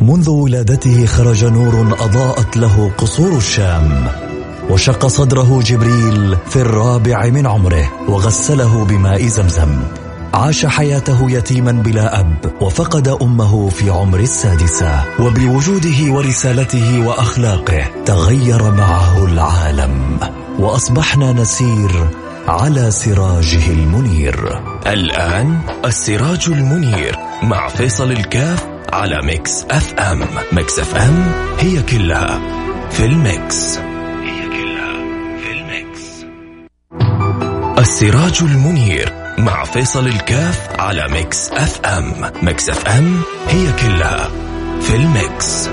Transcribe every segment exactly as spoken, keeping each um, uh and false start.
منذ ولادته خرج نور أضاءت له قصور الشام، وشق صدره جبريل في الرابع من عمره وغسله بماء زمزم. عاش حياته يتيما بلا أب، وفقد أمه في عمر السادسة، وبوجوده ورسالته وأخلاقه تغير معه العالم، وأصبحنا نسير على سراجه المنير. الآن السراج المنير مع فيصل الكاف على ميكس اف ام. ميكس اف ام هي كلها في الميكس. هي كلها في الميكس. السراج المنير مع فيصل الكاف على ميكس اف ام. ميكس اف ام هي كلها في الميكس.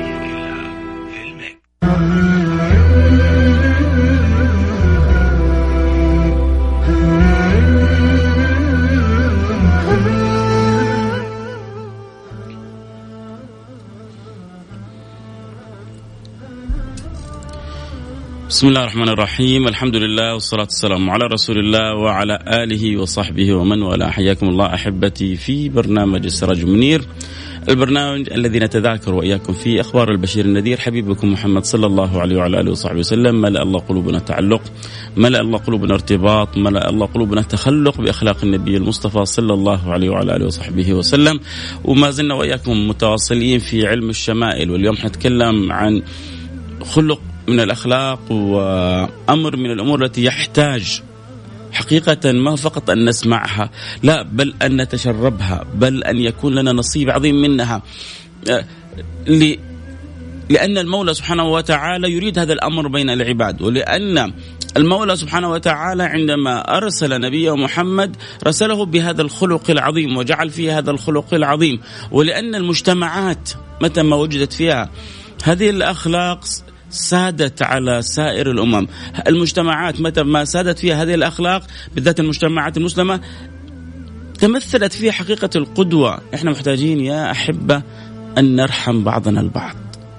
بسم الله الرحمن الرحيم. الحمد لله والصلاة والسلام على رسول الله وعلى آله وصحبه ومن والاه. حياكم الله أحبتي في برنامج السراج المنير، البرنامج الذي نتذاكر وإياكم فيه أخبار البشير النذير حبيبكم محمد صلى الله عليه وعلى آله وصحبه وسلم. ملأ الله قلوبنا تعلق، ملأ الله قلوبنا ارتباط، ملأ الله قلوبنا تخلق بأخلاق النبي المصطفى صلى الله عليه وعلى آله وصحبه وسلم. وما زلنا وإياكم متواصلين في علم الشمائل، واليوم حنتكلم عن خلق من الأخلاق وأمر من الأمور التي يحتاج حقيقة ما فقط أن نسمعها، لا بل أن نتشربها، بل أن يكون لنا نصيب عظيم منها، لأن المولى سبحانه وتعالى يريد هذا الأمر بين العباد، ولأن المولى سبحانه وتعالى عندما أرسل نبيه محمد رسله بهذا الخلق العظيم وجعل فيه هذا الخلق العظيم، ولأن المجتمعات متى ما وجدت فيها هذه الأخلاق سادت على سائر الأمم. المجتمعات متى ما سادت فيها هذه الأخلاق بالذات المجتمعات المسلمة تمثلت فيها حقيقة القدوة. احنا محتاجين يا أحبة أن نرحم بعضنا البعض.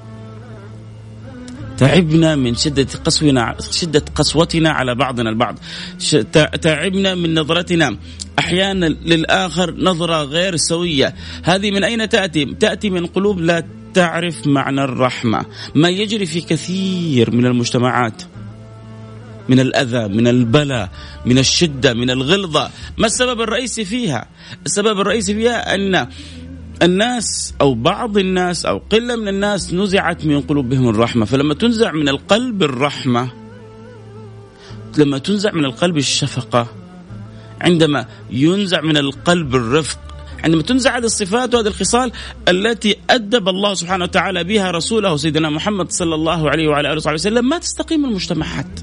تعبنا من شدة قسوتنا شدة قسوتنا على بعضنا البعض، تعبنا من نظرتنا أحيانا للآخر نظرة غير سوية. هذه من أين تأتي؟ تأتي من قلوب لا تعرف معنى الرحمة. ما يجري في كثير من المجتمعات من الأذى، من البلاء، من الشدة، من الغلظة، ما السبب الرئيسي فيها؟ السبب الرئيسي فيها أن الناس أو بعض الناس أو قلة من الناس نزعت من قلوبهم الرحمة. فلما تنزع من القلب الرحمة، لما تنزع من القلب الشفقة، عندما ينزع من القلب الرفق، عندما تنزع هذه الصفات وهذه الخصال التي أدب الله سبحانه وتعالى بها رسوله سيدنا محمد صلى الله عليه وعلى آله وصحبه وسلم، ما تستقيم المجتمعات.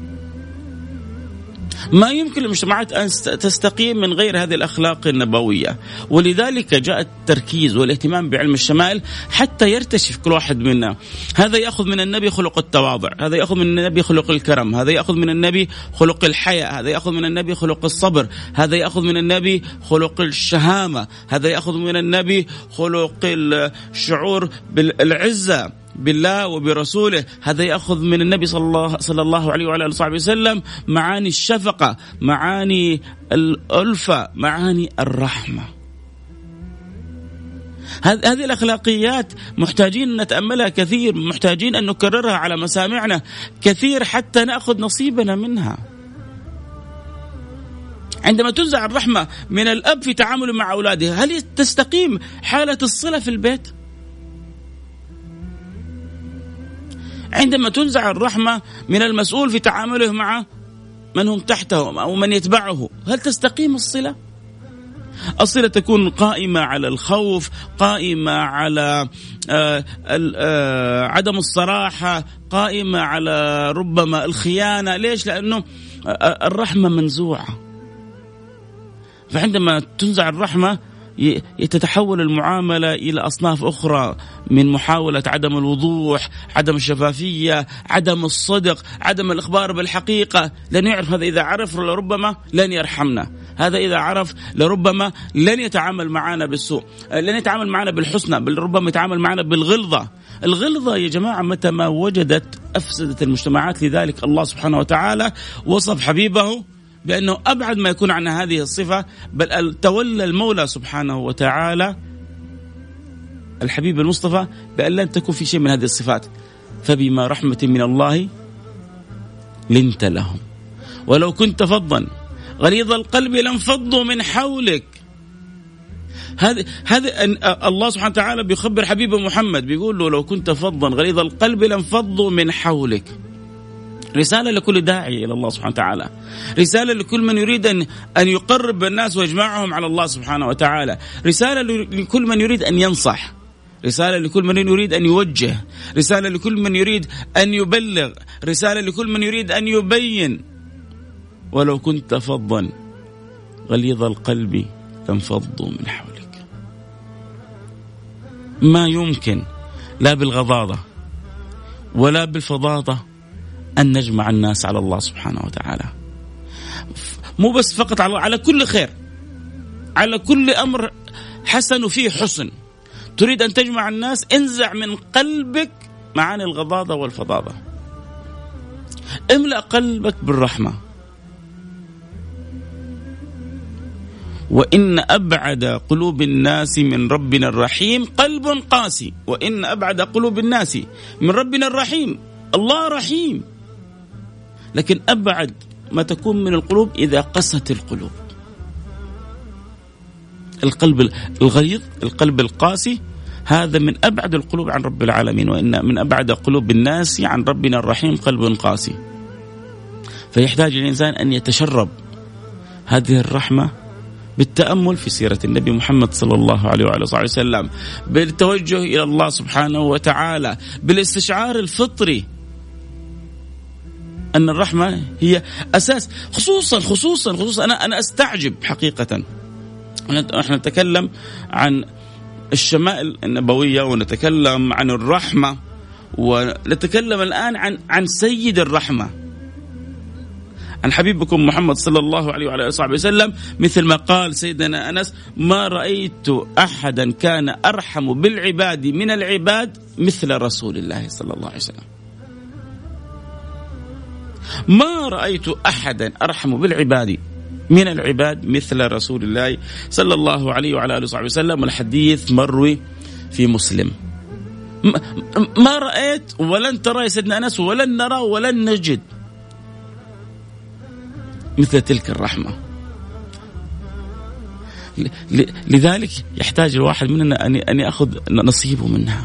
ما يمكن المجتمعات أن تستقيم من غير هذه الأخلاق النبوية. ولذلك جاء التركيز والاهتمام بعلم الشمائل حتى يرتشف كل واحد منا. هذا يأخذ من النبي خلق التواضع، هذا يأخذ من النبي خلق الكرم، هذا يأخذ من النبي خلق الحياء، هذا يأخذ من النبي خلق الصبر، هذا يأخذ من النبي خلق الشهامة، هذا يأخذ من النبي خلق الشعور بالعزة بالله وبرسوله، هذا يأخذ من النبي صلى الله, صلى الله عليه وعلى آله وصحبه وسلم معاني الشفقة، معاني الألفة، معاني الرحمة. هذه الأخلاقيات محتاجين أن نتأملها كثير، محتاجين أن نكررها على مسامعنا كثير حتى نأخذ نصيبنا منها. عندما تنزع الرحمة من الأب في تعامله مع أولاده، هل تستقيم حالة الصلة في البيت؟ عندما تنزع الرحمة من المسؤول في تعامله مع من هم تحته أو من يتبعه، هل تستقيم الصلة؟ الصلة تكون قائمة على الخوف، قائمة على آآ آآ عدم الصراحة، قائمة على ربما الخيانة. ليش؟ لأنه الرحمة منزوعة. فعندما تنزع الرحمة يتتحول المعاملة إلى أصناف أخرى من محاولة عدم الوضوح، عدم الشفافية، عدم الصدق، عدم الإخبار بالحقيقة. لن يعرف هذا، إذا عرف لربما لن يرحمنا، هذا إذا عرف لربما لن يتعامل معنا بالسوء، لن يتعامل معنا بالحسنى، بل ربما يتعامل معنا بالغلظة. الغلظة يا جماعة متى ما وجدت أفسدت المجتمعات. لذلك الله سبحانه وتعالى وصف حبيبه بأنه أبعد ما يكون عن هذه الصفة، بل تولى المولى سبحانه وتعالى الحبيب المصطفى بأن لن تكون في شيء من هذه الصفات. فبما رحمة من الله لنت لهم ولو كنت فظا غليظ القلب لانفضوا من حولك. هذا هذا الله سبحانه وتعالى بيخبر حبيبه محمد، بيقول له لو كنت فظا غليظ القلب لانفضوا من حولك. رسالة لكل داعي إلى الله سبحانه وتعالى، رسالة لكل من يريد أن أن يقرب الناس ويجمعهم على الله سبحانه وتعالى، رسالة لكل من يريد أن ينصح، رسالة لكل من يريد أن يوجه، رسالة لكل من يريد أن يبلغ، رسالة لكل من يريد أن يبين. ولو كنت فظا غليظ القلب لانفضوا من حولك. ما يمكن لا بالغضاضة ولا بالفظاظة أن نجمع الناس على الله سبحانه وتعالى، مو بس فقط على على كل خير، على كل أمر حسن وفيه حسن تريد أن تجمع الناس، انزع من قلبك معاني الغضاضة والفظاظة، املأ قلبك بالرحمة. وإن أبعد قلوب الناس من ربنا الرحيم قلب قاسي. وإن أبعد قلوب الناس من ربنا الرحيم، الله رحيم، لكن أبعد ما تكون من القلوب إذا قست القلوب. القلب الغليظ، القلب القاسي، هذا من أبعد القلوب عن رب العالمين. وإن من أبعد قلوب الناس عن ربنا الرحيم قلب قاسي. فيحتاج الإنسان أن يتشرب هذه الرحمة بالتأمل في سيرة النبي محمد صلى الله عليه وعلى آله وسلم، بالتوجه إلى الله سبحانه وتعالى، بالاستشعار الفطري أن الرحمة هي أساس. خصوصا خصوصا خصوصا أنا أنا أستعجب حقيقة، نحن نتكلم عن الشمائل النبوية ونتكلم عن الرحمة، ونتكلم الآن عن عن سيد الرحمة، عن حبيبكم محمد صلى الله عليه وعلى آله وسلم، مثل ما قال سيدنا أنس: ما رأيت أحدا كان أرحم بالعباد من العباد مثل رسول الله صلى الله عليه وسلم. ما رأيت أحدا أرحم بالعباد من العباد مثل رسول الله صلى الله عليه وعلى آله وسلم. والحديث مروي في مسلم. ما رأيت ولن ترى يا سيدنا أنس، ولن نرى ولن نجد مثل تلك الرحمة. لذلك يحتاج الواحد مننا أن يأخذ نصيبه منها.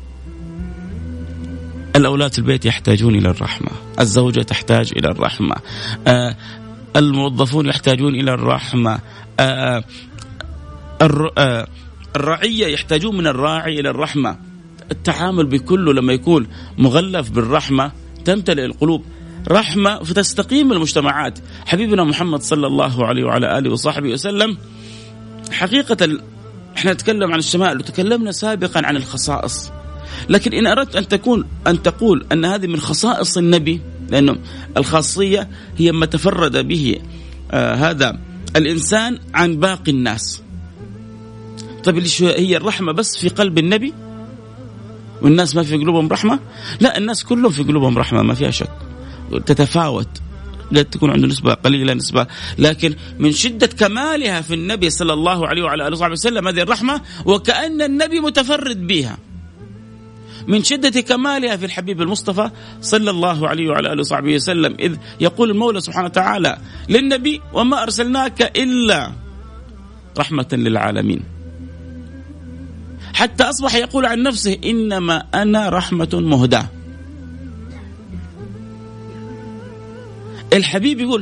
الأولاد في البيت يحتاجون إلى الرحمة، الزوجة تحتاج إلى الرحمة، آه الموظفون يحتاجون إلى الرحمة، آه آه الرعية يحتاجون من الراعي إلى الرحمة. التعامل بكله لما يكون مغلف بالرحمة تمتلئ القلوب رحمة فتستقيم المجتمعات. حبيبنا محمد صلى الله عليه وعلى آله وصحبه وسلم، حقيقة احنا نتكلم عن الشمائل وتكلمنا سابقا عن الخصائص، لكن إن أردت أن تكون أن تقول أن هذه من خصائص النبي، لأنه الخاصية هي ما تفرد به آه هذا الإنسان عن باقي الناس. طيب ليش هي الرحمة بس في قلب النبي والناس ما في قلوبهم رحمة؟ لا، الناس كلهم في قلوبهم رحمة، ما فيها شك، تتفاوت، لا تكون عنده نسبة قليلة نسبة، لكن من شدة كمالها في النبي صلى الله عليه وعلى آله وسلم هذه الرحمة، وكأن النبي متفرد بها. من شدة كمالها في الحبيب المصطفى صلى الله عليه وعلى آله وصحبه وسلم، إذ يقول المولى سبحانه وتعالى للنبي: وما أرسلناك إلا رحمة للعالمين. حتى أصبح يقول عن نفسه: إنما أنا رحمة مهداة. الحبيب يقول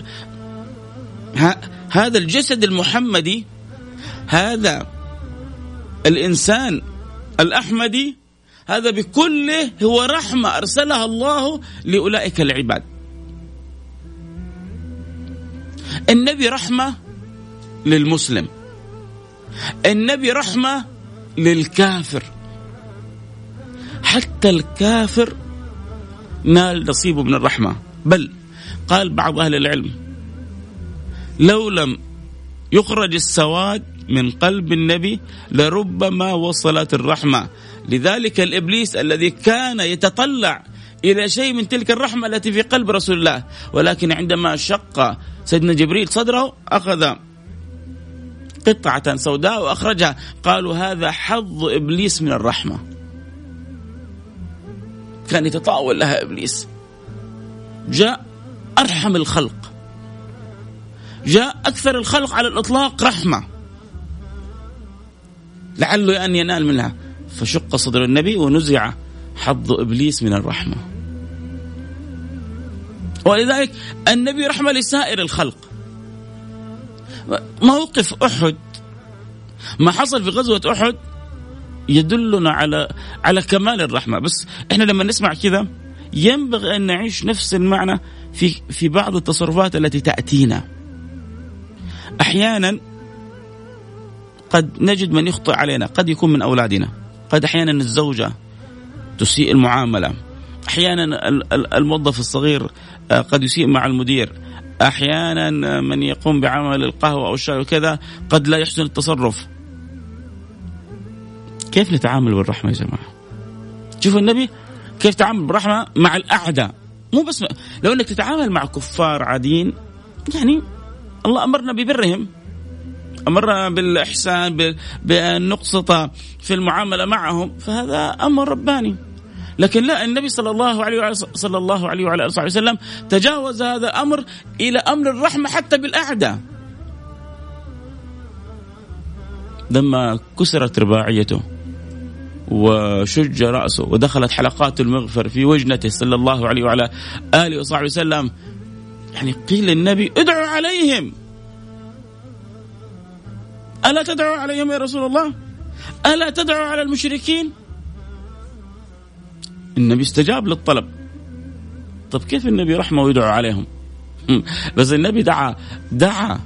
هذا الجسد المحمدي، هذا الإنسان الأحمدي، هذا بكله هو رحمة أرسلها الله لأولئك العباد. النبي رحمة للمسلم، النبي رحمة للكافر، حتى الكافر نال نصيبه من الرحمة. بل قال بعض أهل العلم: لو لم يخرج السواد من قلب النبي لربما وصلت الرحمة. لذلك الإبليس الذي كان يتطلع إلى شيء من تلك الرحمة التي في قلب رسول الله، ولكن عندما شق سيدنا جبريل صدره أخذ قطعة سوداء وأخرجها، قالوا هذا حظ إبليس من الرحمة. كان يتطاول لها إبليس. جاء أرحم الخلق، جاء أكثر الخلق على الإطلاق رحمة، لعله أن ينال منها، فشق صدر النبي ونزع حظ إبليس من الرحمة. ولذلك النبي رحمة لسائر الخلق. موقف أحد، ما حصل في غزوة أحد يدلنا على على كمال الرحمة. بس إحنا لما نسمع كذا ينبغي أن نعيش نفس المعنى في في بعض التصرفات التي تأتينا. أحيانا قد نجد من يخطئ علينا، قد يكون من أولادنا، قد أحيانا الزوجة تسيء المعاملة، أحيانا الموظف الصغير قد يسيء مع المدير، أحيانا من يقوم بعمل القهوة أو الشاي وكذا قد لا يحسن التصرف. كيف نتعامل بالرحمة يا جماعة؟ شوفوا النبي كيف تعامل بالرحمة مع الأعداء. مو بس لو أنك تتعامل مع كفار عاديين، يعني الله أمرنا ببرهم، أمرنا بالإحسان، بالنقصة في المعاملة معهم، فهذا أمر رباني. لكن لا، النبي صلى الله عليه وعلى صلى الله عليه وعلى آله وسلم تجاوز هذا الأمر إلى أمر الرحمة حتى بالأعداء. لما كسرت رباعيته وشج رأسه ودخلت حلقات المغفر في وجنته صلى الله عليه وعلى آله وصحبه وسلم، يعني قيل للنبي ادعوا عليهم، ألا تدعوا عليهم يا رسول الله؟ ألا تدعوا على المشركين؟ النبي استجاب للطلب. طب كيف النبي رحمه ويدعو عليهم؟ بس النبي دعا دعا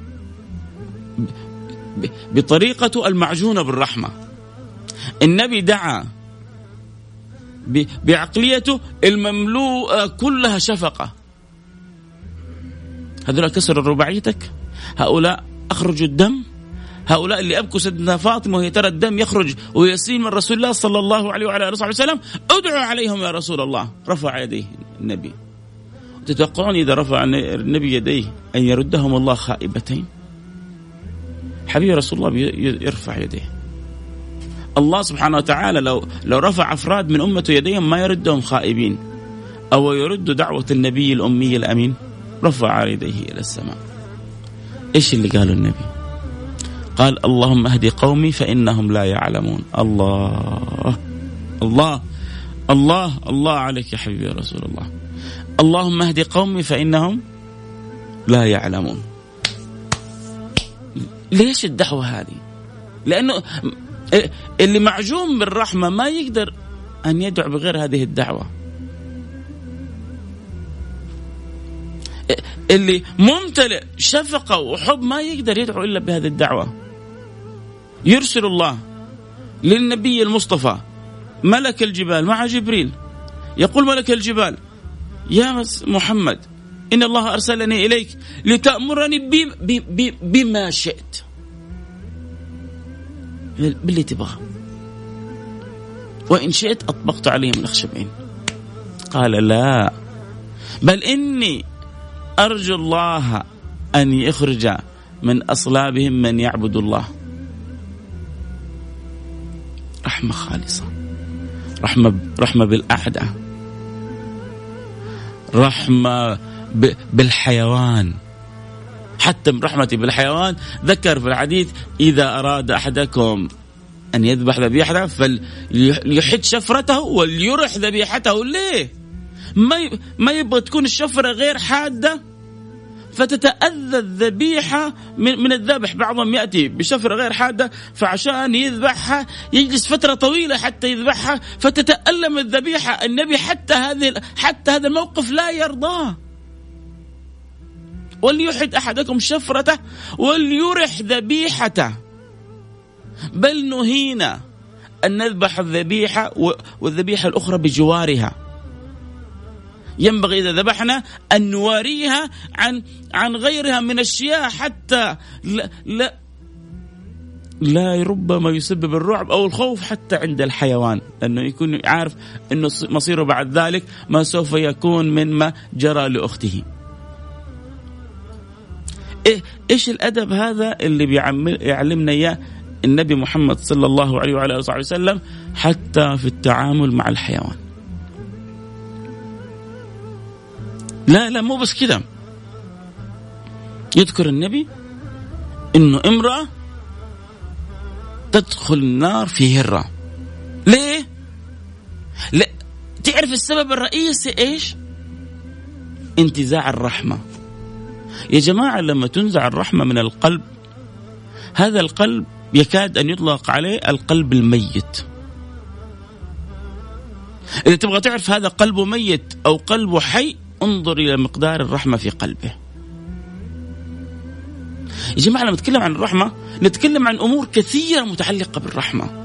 بطريقته المعجونة بالرحمة. النبي دعا بعقليته المملوءة كلها شفقة. هذول كسروا رباعيتك، هؤلاء أخرجوا الدم، هؤلاء اللي أبكوا سيدنا فاطمة وهي ترى الدم يخرج ويسيل من رسول الله صلى الله عليه وعلى آله وسلم، ادعوا عليهم يا رسول الله. رفع يديه النبي. تتوقعون إذا رفع النبي يديه أن يردهم الله خائبتين؟ حبيبي رسول الله يرفع يديه. الله سبحانه وتعالى لو لو رفع أفراد من أمته يديهم ما يردهم خائبين. أو يرد دعوة النبي الأمي الأمين؟ رفع يديه إلى السماء. إيش اللي قاله النبي؟ قال اللهم اهدي قومي فإنهم لا يعلمون. الله الله الله الله عليك يا حبيبي يا رسول الله. اللهم اهدي قومي فإنهم لا يعلمون. ليش الدعوة هذه؟ لأنه اللي معجون بالرحمة ما يقدر أن يدعو بغير هذه الدعوة. اللي ممتلئ شفقة وحب ما يقدر يدعو إلا بهذه الدعوة. يرسل الله للنبي المصطفى ملك الجبال مع جبريل، يقول ملك الجبال يا محمد إن الله أرسلني إليك لتأمرني بما شئت، باللي تبغى، وإن شئت أطبقت عليهم الأخشبين. قال لا، بل إني أرجو الله أن يخرج من أصلابهم من يعبد الله. رحمة خالصة، رحمة رحمة بالأعداء، رحمة بالحيوان. حتى من رحمتي بالحيوان ذكر في الحديث إذا أراد أحدكم أن يذبح ذبيحته فليحد شفرته وليرح ذبيحته. ليه؟ ما ما يبغى تكون الشفرة غير حادة فتتأذى الذبيحة من, من الذبح. بعضهم يأتي بشفرة غير حادة فعشان يذبحها يجلس فترة طويلة حتى يذبحها فتتألم الذبيحة. النبي حتى هذه حتى هذا الموقف لا يرضاه. وليحد أحدكم شفرته وليرح ذبيحته. بل نهينا أن نذبح الذبيحة والذبيحة الأخرى بجوارها. ينبغي إذا ذبحنا أن نواريها عن عن غيرها من الشياء حتى لا لا, لا ربما يسبب الرعب أو الخوف حتى عند الحيوان، لأنه يكون عارف أنه مصيره بعد ذلك ما سوف يكون من ما جرى لأخته. إيه إيش الأدب هذا اللي بيعلمنا إياه النبي محمد صلى الله عليه وعلى آله وسلم حتى في التعامل مع الحيوان. لا لا مو بس كده، يذكر النبي إنه امرأة تدخل النار في هرة. ليه؟ لا تعرف السبب الرئيسي إيش؟ انتزاع الرحمة. يا جماعة لما تنزع الرحمة من القلب، هذا القلب يكاد أن يطلق عليه القلب الميت. إذا تبغى تعرف هذا قلبه ميت أو قلبه حي، انظر إلى مقدار الرحمة في قلبه. يا جماعة لما نتكلم عن الرحمة نتكلم عن أمور كثيرة متعلقة بالرحمة.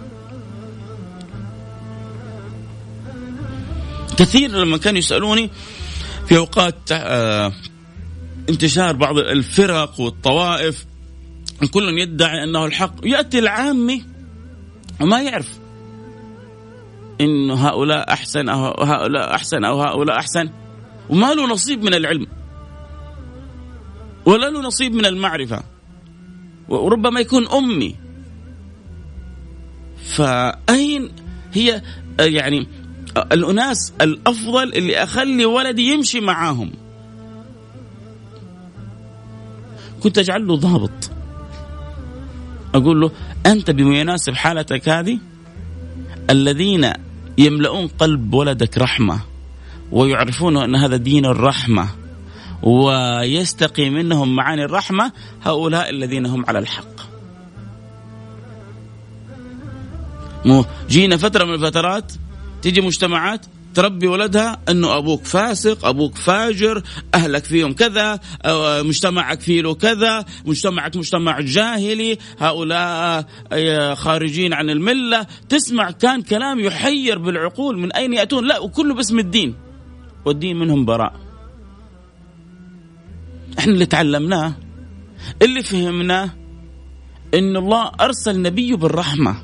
كثير لما كانوا يسألوني في أوقات آه انتشار بعض الفرق والطوائف كل يدعي أنه الحق، يأتي العامي وما يعرف إنه هؤلاء أحسن أو هؤلاء أحسن أو هؤلاء أحسن، وما له نصيب من العلم ولا له نصيب من المعرفة، وربما يكون أمي. فأين هي يعني الأناس الأفضل اللي أخلي ولدي يمشي معاهم؟ كنت أجعل له ضابط، أقول له أنت بمناسب حالتك هذه الذين يملؤون قلب ولدك رحمة ويعرفون أن هذا دين الرحمة ويستقي منهم معاني الرحمة، هؤلاء الذين هم على الحق. مو جينا فترة من الفترات تيجي مجتمعات تربي ولدها أنه أبوك فاسق، أبوك فاجر، أهلك فيهم كذا، مجتمعك فيه له كذا، مجتمعك مجتمع جاهلي، هؤلاء خارجين عن الملة. تسمع كان كلام يحير بالعقول، من أين يأتون؟ لا، وكله باسم الدين، والدين منهم براء. احنا اللي تعلمناه اللي فهمناه إن الله أرسل نبيه بالرحمة،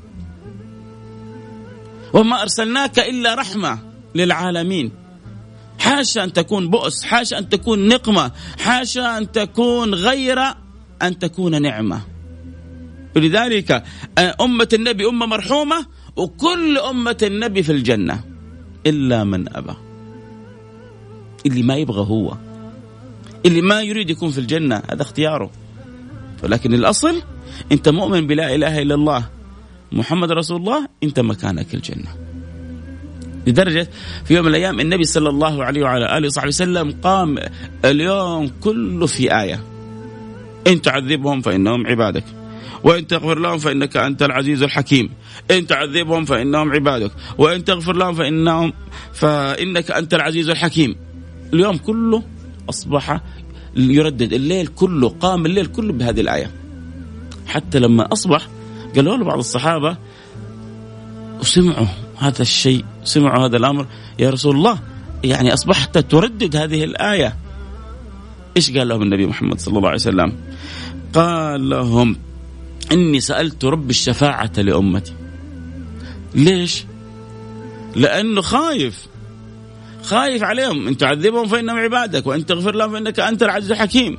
وما أرسلناك إلا رحمة للعالمين. حاشا أن تكون بؤس، حاشا أن تكون نقمة، حاشا أن تكون غير أن تكون نعمة. ولذلك أمة النبي أمة مرحومة، وكل أمة النبي في الجنة إلا من أبى، اللي ما يبغى هو، اللي ما يريد يكون في الجنة، هذا اختياره. ولكن الأصل أنت مؤمن بلا إله إلا الله محمد رسول الله، أنت مكانك الجنة. لدرجة في يوم من الأيام النبي صلى الله عليه وعلى آله وصحبه وسلم قام اليوم كله في آية: إن تعذبهم فإنهم عبادك، وإن تغفر لهم فإنك أنت العزيز الحكيم، إن تعذبهم فإنهم عبادك، وإن تغفر لهم فإنهم فإنك أنت العزيز الحكيم. اليوم كله أصبح يردد، الليل كله قام الليل كله بهذه الآية. حتى لما أصبح قالوا له بعض الصحابة وسمعوا هذا الشيء، سمعوا هذا الأمر: يا رسول الله، يعني أصبحت تردد هذه الآية. إيش قال لهم النبي محمد صلى الله عليه وسلم؟ قال لهم: إني سألت رب الشفاعة لأمتي. ليش؟ لأنه خايف خايف عليهم، إن تعذبهم فإنهم عبادك، وإن تغفر لهم فإنك أنت العزيز الحكيم.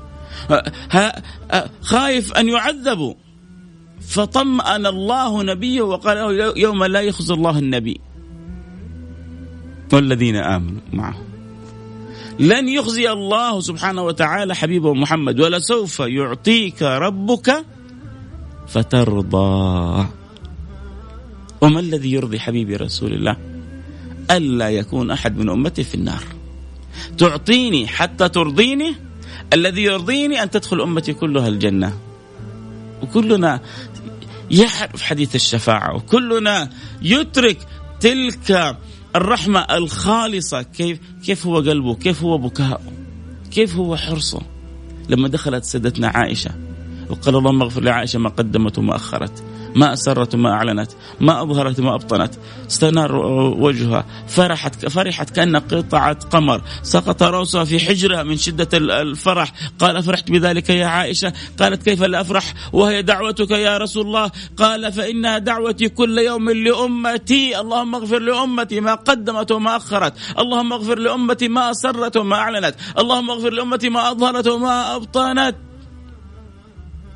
خايف أن يعذبوا، فطمأن الله نبيه وقال له: يوم لا يخزي الله النبي والذين آمنوا معه. لن يخزي الله سبحانه وتعالى حبيبه محمد، ولسوف يعطيك ربك فترضى. وما الذي يرضي حبيبي رسول الله؟ ألا يكون أحد من أمتي في النار. تعطيني حتى ترضيني، الذي يرضيني أن تدخل أمتي كلها الجنة. وكلنا يعرف حديث الشفاعة، وكلنا يترك تلك الرحمة الخالصة. كيف كيف هو قلبه، كيف هو بكاءه، كيف هو حرصه لما دخلت سيدتنا عائشة وقال: اللهم اغفر لعائشة ما قدمت وما أخرت، ما أسرت وما أعلنت، ما أظهرت وما أبطنت. استنار وجهها، فرحت فرحت كأن قطعة قمر، سقط رأسها في حجرها من شدة الفرح. قال: فرحت بذلك يا عائشة؟ قالت: كيف لا أفرح وهي دعوتك يا رسول الله؟ قال: فإنها دعوتي كل يوم لأمتي. اللهم اغفر لأمتي ما قدمت وما أخرت، اللهم اغفر لأمتي ما أسرت وما أعلنت، اللهم اغفر لأمتي ما أظهرت وما أبطنت.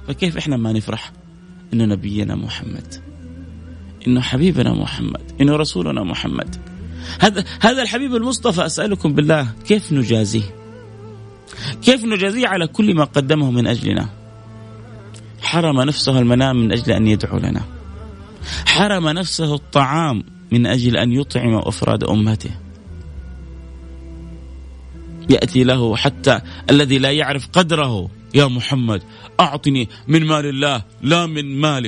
فكيف إحنا ما نفرح إنه نبينا محمد، إنه حبيبنا محمد، إنه رسولنا محمد. هذا هذا الحبيب المصطفى أسألكم بالله كيف نجازيه؟ كيف نجازيه على كل ما قدمه من أجلنا؟ حرم نفسه المنام من أجل أن يدعو لنا، حرم نفسه الطعام من أجل أن يطعم أفراد أمته. يأتي له حتى الذي لا يعرف قدره: يا محمد أعطني من مال الله لا من مالك.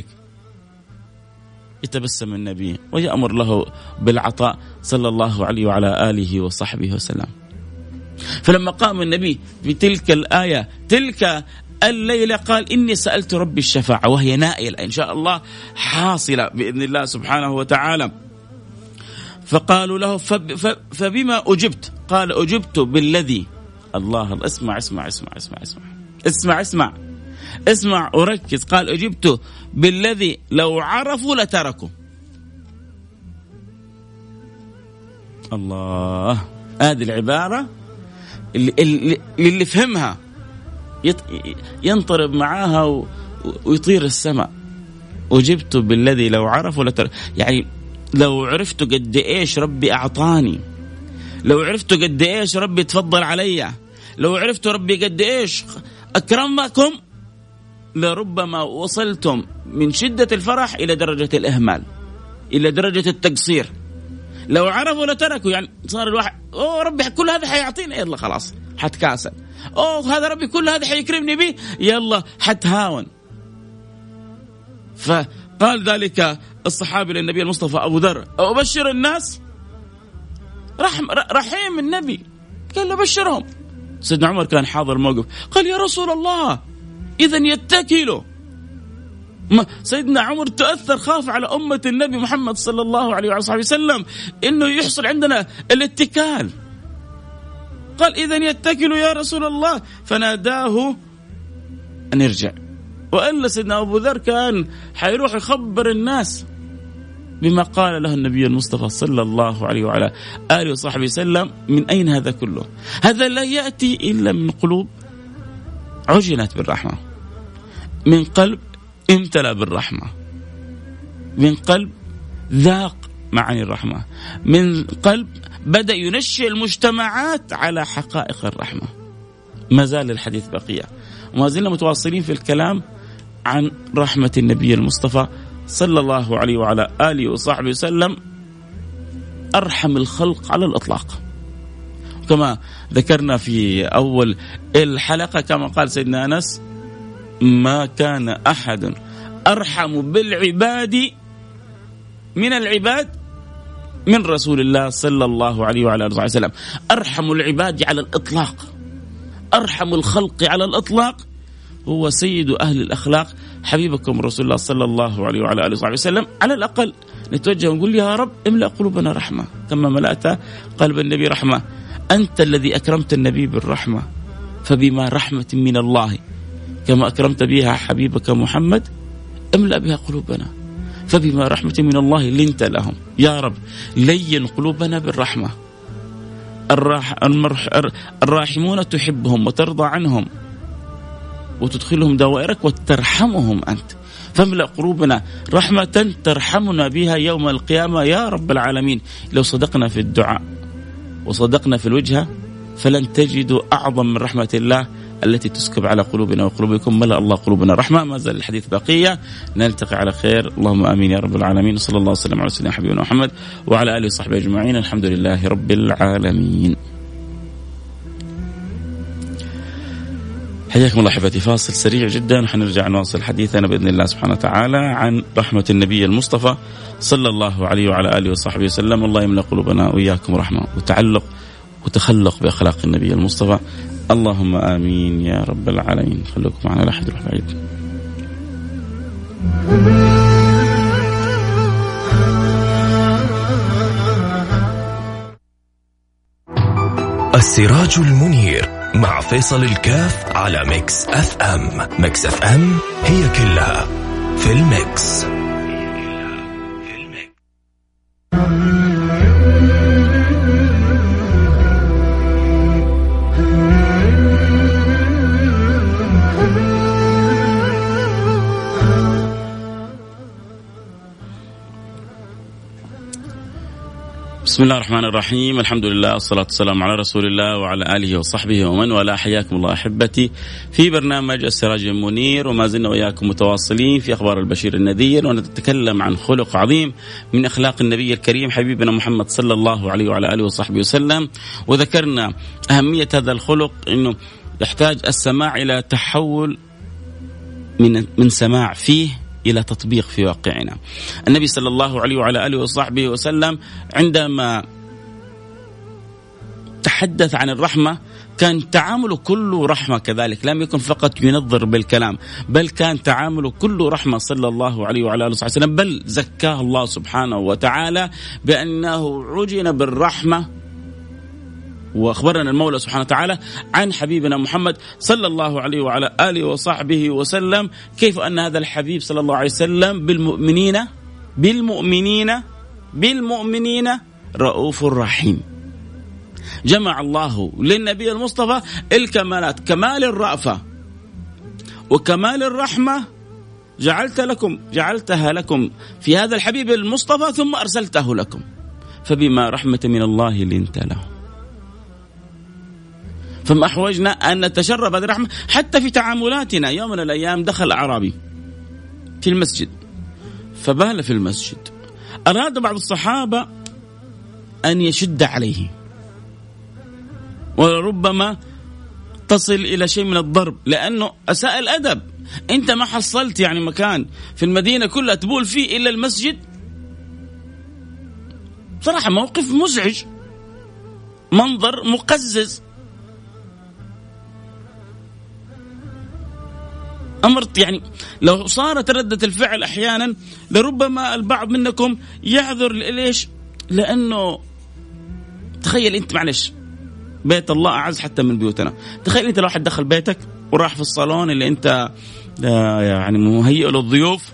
يتبسم النبي ويأمر له بالعطاء صلى الله عليه وعلى آله وصحبه وسلم. فلما قام النبي بتلك الآية تلك الليلة قال: إني سألت ربي الشفاعة، وهي نائلة إن شاء الله حاصلة بإذن الله سبحانه وتعالى. فقالوا له: فب فبما أجبت؟ قال: أجبت بالذي الله. اسمع اسمع اسمع اسمع اسمع اسمع اسمع اسمع وركز. قال: أجبت بالذي لو عرفوا لتركوا. الله، هذه العبارة اللي, اللي, اللي فهمها ينطرب معاها ويطير السماء. أجبت بالذي لو عرفوا لتركوا، يعني لو عرفت قد إيش ربي أعطاني، لو عرفت قد إيش ربي تفضل علي، لو عرفت ربي قد إيش أكرمكم، لربما وصلتم من شدة الفرح إلى درجة الإهمال، إلى درجة التقصير. لو عرفوا لتركوا، يعني صار الواحد: أوه ربي كل هذا حيعطيني، يلا خلاص حتكاسل. أوه هذا ربي كل هذا حيكرمني به، يلا حتهاون. فقال ذلك الصحابي للنبي المصطفى أبو ذر: أبشر الناس؟ رحم رحيم النبي، قال له: بشرهم. سيدنا عمر كان حاضر الموقف، قال: يا رسول الله إذن يتكلوا. سيدنا عمر تأثر، خاف على أمة النبي محمد صلى الله عليه وصحبه وسلم إنه يحصل عندنا الاتكال. قال: إذن يتكلوا يا رسول الله. فناداه أن يرجع. وإلا سيدنا أبو ذر كان حيروح يخبر الناس بما قال له النبي المصطفى صلى الله عليه وعلى آله وصحبه وسلم. من أين هذا كله؟ هذا لا يأتي إلا من قلوب عجنت بالرحمة، من قلب امتلأ بالرحمة، من قلب ذاق معاني الرحمة، من قلب بدأ ينشئ المجتمعات على حقائق الرحمة. ما زال الحديث بقية، وما زلنا متواصلين في الكلام عن رحمة النبي المصطفى صلى الله عليه وعلى آله وصحبه وسلم، أرحم الخلق على الإطلاق. كما ذكرنا في أول الحلقة، كما قال سيدنا أنس: ما كان أحد أرحم بالعباد من العباد من رسول الله صلى الله عليه وعلى آله وسلم. أرحم العباد على الإطلاق، أرحم الخلق على الإطلاق هو سيد أهل الأخلاق حبيبكم رسول الله صلى الله عليه وعلى آله وسلم. على الأقل نتوجه ونقول: يا رب املأ قلوبنا رحمة كما ملأت قلب النبي رحمة. أنت الذي أكرمت النبي بالرحمة، فبما رحمة من الله كما أكرمت بها حبيبك محمد املأ بها قلوبنا، فبما رحمة من الله لنت لهم. يا رب لين قلوبنا بالرحمة. الراح المرح الراحمون تحبهم وترضى عنهم وتدخلهم دوائرك وترحمهم أنت، فاملأ قلوبنا رحمة ترحمنا بها يوم القيامة يا رب العالمين. لو صدقنا في الدعاء وصدقنا في الوجهة فلن تجدوا أعظم من رحمة الله التي تسكب على قلوبنا وقلوبكم. ملأ الله قلوبنا رحمة. ما زال الحديث بقية، نلتقي على خير. اللهم آمين يا رب العالمين. صلى الله وسلم على سيدنا حبيبنا محمد وعلى آله وصحبه أجمعين. الحمد لله رب العالمين. حياكم الله حبتي. فاصل سريع جدا وحنرجع نواصل حديثنا بإذن الله سبحانه وتعالى عن رحمة النبي المصطفى صلى الله عليه وعلى آله وصحبه وسلم. الله يملأ قلوبنا وإياكم رحمة وتعلق وتخلق بأخلاق النبي المصطفى. اللهم آمين يا رب العالمين. خلوكم معنا لا أحد يروح بعيد. السراج المنير مع فيصل الكاف على ميكس اف ام. ميكس اف ام هي كلها في الميكس. بسم الله الرحمن الرحيم. الحمد لله والصلاة والسلام على رسول الله وعلى آله وصحبه ومن والاه. حياكم الله أحبتي في برنامج السراج المنير، وما زلنا وإياكم متواصلين في أخبار البشير النذير، ونتكلم عن خلق عظيم من أخلاق النبي الكريم حبيبنا محمد صلى الله عليه وعلى آله وصحبه وسلم. وذكرنا أهمية هذا الخلق، إنه يحتاج السماع إلى تحول من من سماع فيه إلى تطبيق في واقعنا. النبي صلى الله عليه وعلى آله وصحبه وسلم عندما تحدث عن الرحمة كان تعامله كله رحمة كذلك، لم يكن فقط ينظر بالكلام، بل كان تعامله كله رحمة صلى الله عليه وعلى آله وصحبه وسلم، بل زكاه الله سبحانه وتعالى بأنه عجن بالرحمة. وأخبرنا المولى سبحانه وتعالى عن حبيبنا محمد صلى الله عليه وعلى آله وصحبه وسلم، كيف أن هذا الحبيب صلى الله عليه وسلم بالمؤمنين بالمؤمنين بالمؤمنين رؤوف رحيم. جمع الله للنبي المصطفى الكمالات، كمال الرأفة وكمال الرحمة، جعلت لكم جعلتها لكم في هذا الحبيب المصطفى ثم أرسلته لكم، فبما رحمة من الله لنت له. فما أحوجنا أن نتشرب هذه الرحمة حتى في تعاملاتنا. يوم من الأيام دخل أعرابي في المسجد فبال في المسجد، أراد بعض الصحابة أن يشد عليه، وربما تصل إلى شيء من الضرب، لأنه أساء الأدب. أنت ما حصلت يعني مكان في المدينة كلها تبول فيه إلا المسجد. صراحة موقف مزعج، منظر مقزز، أمر يعني لو صارت ردة الفعل أحيانا لربما البعض منكم يعذر. ليش؟ لأنه تخيل أنت معلش بيت الله أعز حتى من بيوتنا، تخيل أنت لو حد دخل بيتك وراح في الصالون اللي أنت يعني مهيئ للضيوف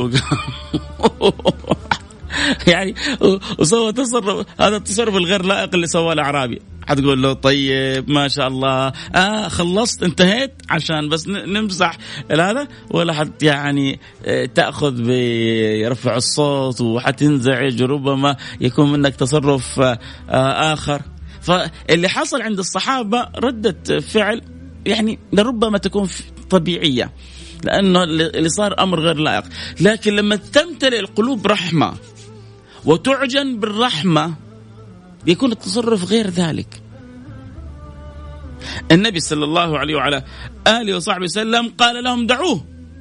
يعني وسوى تصرف، هذا التصرف الغير لائق اللي سواه الأعرابي، حتقول له طيب ما شاء الله آه خلصت انتهيت عشان بس نمسح هذا، ولا حت يعني تأخذ برفع الصوت وحتنزعج، وربما يكون منك تصرف آه آخر. فاللي حصل عند الصحابة ردة فعل يعني لربما تكون طبيعية، لأنه اللي صار أمر غير لائق. لكن لما تمتلئ القلوب رحمة وتعجن بالرحمة يكون التصرف غير ذلك. النبي صلى الله عليه وعلى آله وصحبه وسلم قال لهم دعوه،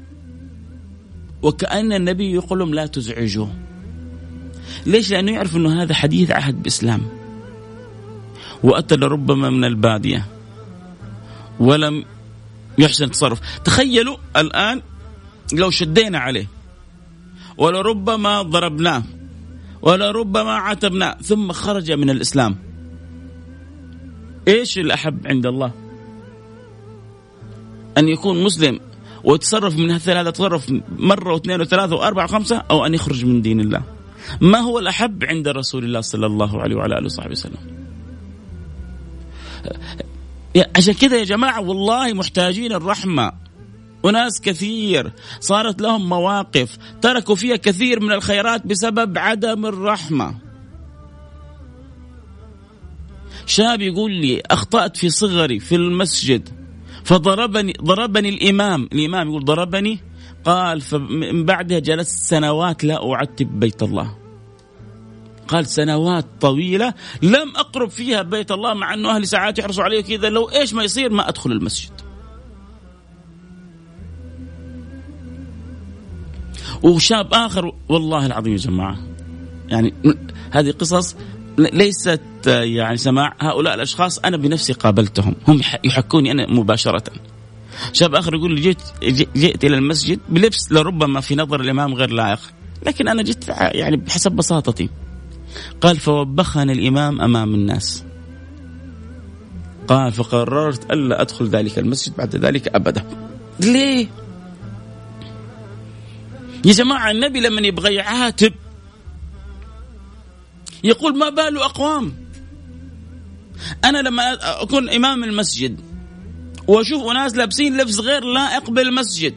وكأن النبي يقول لهم لا تزعجوه. ليش؟ لأنه يعرف أنه هذا حديث عهد بإسلام، وأتى لربما من البادية ولم يحسن التصرف. تخيلوا الآن لو شدينا عليه، ولربما ضربناه، ولربما عاتبناه، ثم خرج من الإسلام، إيش الأحب عند الله؟ أن يكون مسلم ويتصرف من هذا التصرف مرة واثنين وثلاثة وأربعة وخمسة، أو أن يخرج من دين الله؟ ما هو الأحب عند رسول الله صلى الله عليه وعلى آله وصحبه وسلم؟ عشان كده يا جماعة والله محتاجين الرحمة. وناس كثير صارت لهم مواقف تركوا فيها كثير من الخيرات بسبب عدم الرحمة. شاب يقول لي أخطأت في صغري في المسجد فضربني ضربني الإمام الإمام يقول ضربني، قال فمن بعدها جلست سنوات لا أعتب بيت الله. قال سنوات طويلة لم أقرب فيها بيت الله، مع أنه أهل ساعات يحرصوا عليه كذا، لو إيش ما يصير ما أدخل المسجد. وشاب آخر والله العظيم يا جماعة، يعني هذه قصص ليست يعني سماع، هؤلاء الأشخاص أنا بنفسي قابلتهم، هم يحكوني أنا مباشرة. شاب آخر يقول لي جيت, جئت إلى المسجد بلبس لربما في نظر الإمام غير لائق، لكن أنا جيت يعني بحسب بساطتي. قال فوبخني الإمام أمام الناس، قال فقررت ألا أدخل ذلك المسجد بعد ذلك أبدا. ليه يا جماعة؟ النبي لما يبغى يعاتب يقول ما بال أقوام. أنا لما أكون إمام المسجد وأشوف ناس لابسين لبس غير لائق بالمسجد،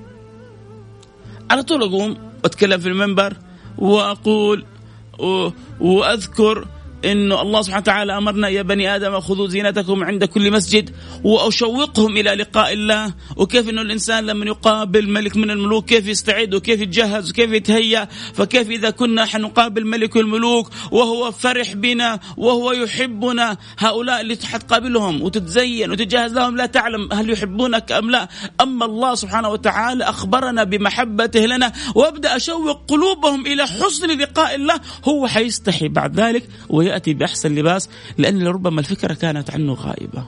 على طول أقوم أتكلم في المنبر وأقول وأذكر إنه الله سبحانه وتعالى أمرنا يا بني آدم خذوا زينتكم عند كل مسجد، وأشوقهم إلى لقاء الله، وكيف إنه الإنسان لما يقابل ملك من الملوك كيف يستعد وكيف يتجهز وكيف يتهيأ. فكيف إذا كنا حنقابل ملك الملوك وهو فرح بنا وهو يحبنا، هؤلاء اللي حتقابلهم وتتزين وتتجهز لهم لا تعلم هل يحبونك أم لا. أما الله سبحانه وتعالى أخبرنا بمحبته لنا، وأبدأ أشوق قلوبهم إلى حسن لقاء الله، هو حيستحي بعد ذلك ويأتي بأحسن لباس، لأن لربما الفكرة كانت عنه غائبة.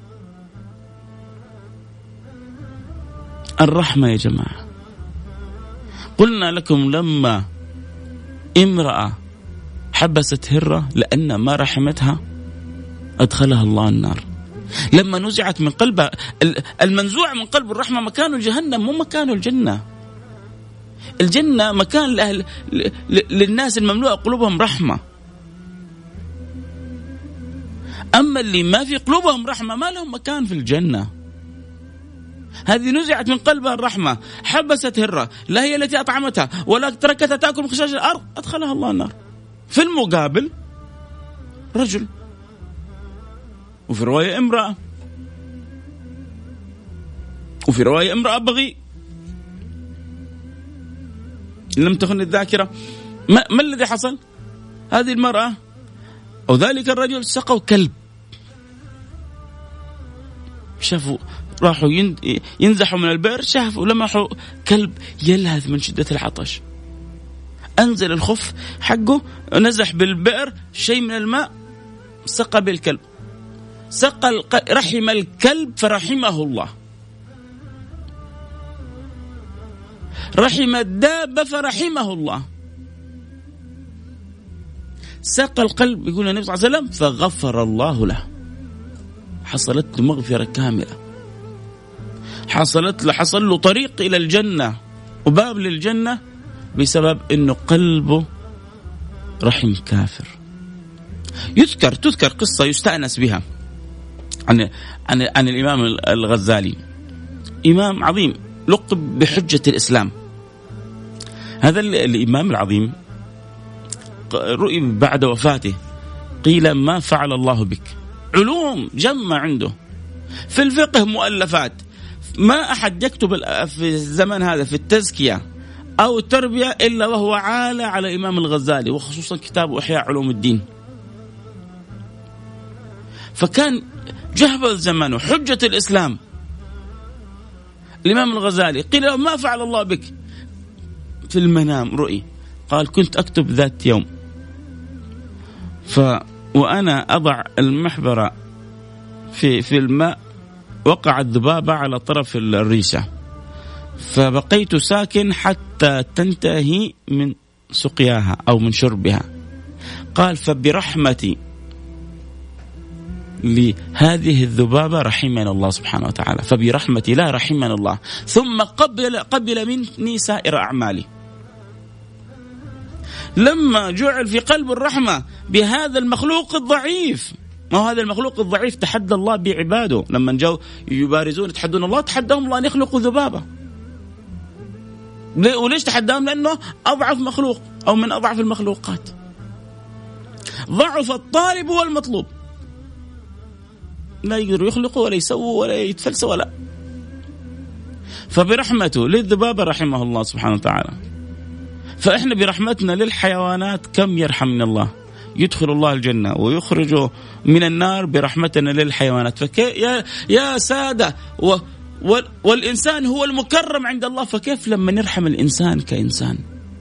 الرحمة يا جماعة، قلنا لكم لما امرأة حبست هرة لأن ما رحمتها أدخلها الله النار. لما نزعت من قلبها، المنزوع من قلب الرحمة مكانه جهنم مو مكانه الجنة. الجنة مكان لأهل للناس المملوءة قلوبهم رحمة. أما اللي ما في قلوبهم رحمة ما لهم مكان في الجنة. هذه نزعت من قلبها الرحمة، حبست هرة، لا هي التي أطعمتها ولا تركتها تأكل من خشاش الأرض، أدخلها الله النار. في المقابل رجل، وفي رواية امرأة، وفي رواية امرأة بغي لم تخن الذاكرة. ما, ما الذي حصل؟ هذه المرأة أو ذلك الرجل سقوا كلب، شافوا راحوا ينزحوا من البئر، شافوا لمحوا كلب يلهث من شدة العطش، أنزل الخف حقه نزح بالبئر شيء من الماء سقى بالكلب، سقى رحم الكلب فرحمه الله، رحم الدابة فرحمه الله، سقى القلب يقول النبي صلى الله عليه وسلم فغفر الله له. حصلت له مغفرة كاملة، حصلت له حصل له طريق إلى الجنة وباب للجنة بسبب إنه قلبه رحم كافر. يذكر تذكر قصة يستأنس بها عن عن عن الإمام الغزالي، إمام عظيم لقب بحجة الإسلام. هذا الإمام العظيم رؤي بعد وفاته، قيل ما فعل الله بك، علوم جمع عنده، في الفقه مؤلفات، ما أحد يكتب في الزمن هذا في التزكية أو التربية إلا وهو عالى على الإمام الغزالي، وخصوصا كتابه إحياء علوم الدين. فكان جهبذ زمانه حجة الإسلام الإمام الغزالي، قيل له ما فعل الله بك؟ في المنام رؤي، قال كنت أكتب ذات يوم ف وأنا أضع المحبرة في في الماء، وقعت ذبابة على طرف الريشة، فبقيت ساكن حتى تنتهي من سقياها أو من شربها. قال فبرحمتي لهذه الذبابة رحمنا الله سبحانه وتعالى، فبرحمتي لا رحمنا الله، ثم قبل قبل مني سائر أعمالي. لما جعل في قلب الرحمة بهذا المخلوق الضعيف، ما هو هذا المخلوق الضعيف تحدى الله بعباده، لما جاءوا يبارزون يتحدون الله تحداهم الله أن يخلقوا ذبابة. وليش تحداهم؟ لأنه أضعف مخلوق أو من أضعف المخلوقات، ضعف الطالب والمطلوب، لا يقدروا يخلقوا ولا يسووا ولا يتفلسوا ولا. فبرحمته للذبابة رحمه الله سبحانه وتعالى. فإحنا برحمتنا للحيوانات كم يرحمنا الله، يدخل الله الجنة ويخرجه من النار برحمتنا للحيوانات. فكي يا, يا سادة و والإنسان هو المكرم عند الله، فكيف لما نرحم الإنسان كإنسان؟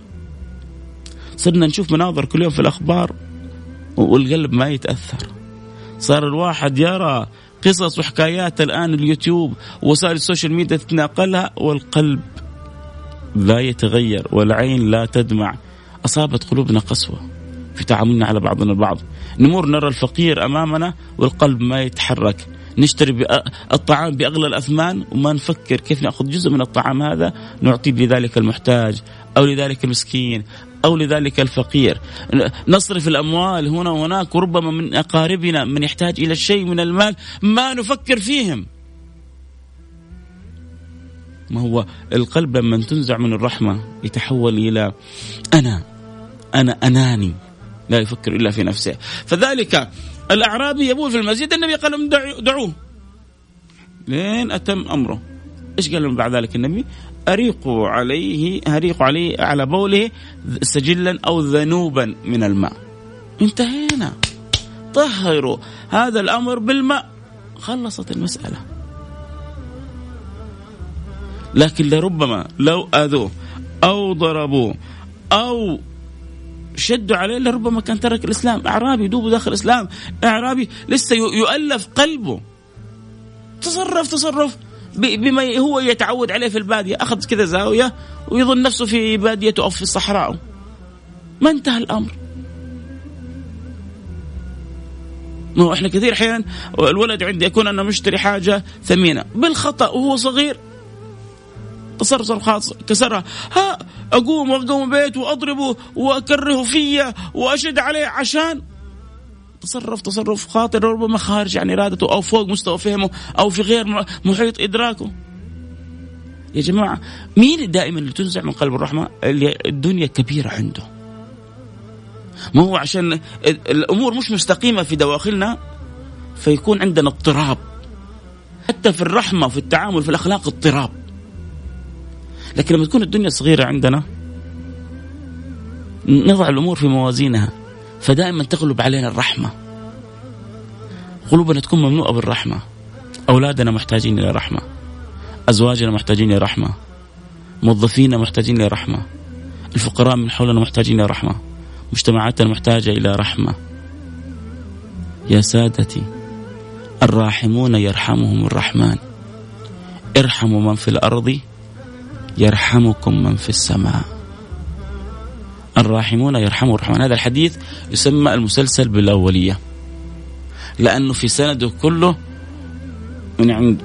صرنا نشوف مناظر كل يوم في الأخبار والقلب ما يتأثر، صار الواحد يرى قصص وحكايات الآن اليوتيوب ووسائل السوشيال ميديا تتناقلها والقلب لا يتغير والعين لا تدمع. أصابت قلوبنا قسوة في تعاملنا على بعضنا البعض، نمر نرى الفقير أمامنا والقلب ما يتحرك، نشتري الطعام بأغلى الأثمان وما نفكر كيف نأخذ جزء من الطعام هذا نعطيه لذلك المحتاج أو لذلك المسكين أو لذلك الفقير. نصرف الأموال هنا وهناك، وربما من أقاربنا من يحتاج إلى الشيء من المال ما نفكر فيهم. ما هو القلب لما تنزع من الرحمة يتحول إلى أنا أنا أناني، لا يفكر إلا في نفسه. فذلك الأعرابي يبول في المسجد، النبي قال لهم دعوه لين أتم أمره. إيش قال لهم بعد ذلك النبي؟ أريقوا عليه أريقوا عليه على بوله سجلا أو ذنوبا من الماء. انتهينا، طهروا هذا الأمر بالماء، خلصت المسألة. لكن لربما لو أذوه أو ضربوه أو شدوا عليه لربما كان ترك الإسلام. أعرابي دوب داخل الإسلام، أعرابي لسه يؤلف قلبه، تصرف تصرف بما هو يتعود عليه في البادية، أخذ كذا زاوية ويظن نفسه في باديته أو في الصحراء، ما انتهى الأمر. ما إحنا كثير أحيانا الولد عندي يكون أنا مشتري حاجة ثمينة بالخطأ وهو صغير، تصرف خاص كسرها، ها أقوم وأقوم بيت وأضربه وأكرهه فيه وأشد عليه عشان تصرف تصرف خاطئ، ربما خارج عن إرادته أو فوق مستوى فهمه أو في غير محيط إدراكه. يا جماعة مين دائما اللي تنزع من قلب الرحمة؟ اللي الدنيا كبيرة عنده، ما هو عشان الأمور مش مستقيمة في دواخلنا فيكون عندنا اضطراب، حتى في الرحمة في التعامل في الأخلاق اضطراب. لكن لما تكون الدنيا صغيرة عندنا نضع الأمور في موازينها، فدائما تغلب علينا الرحمة، قلوبنا تكون مملوءة بالرحمة. أولادنا محتاجين إلى رحمة، أزواجنا محتاجين إلى رحمة، موظفينا محتاجين إلى رحمة، الفقراء من حولنا محتاجين إلى رحمة، مجتمعاتنا محتاجة إلى رحمة. يا سادتي الراحمون يرحمهم الرحمن، ارحموا من في الأرض يرحمكم من في السماء. الراحمون يرحمهم الرحمن. هذا الحديث يسمى المسلسل بالأولية، لأنه في سنده كله من عند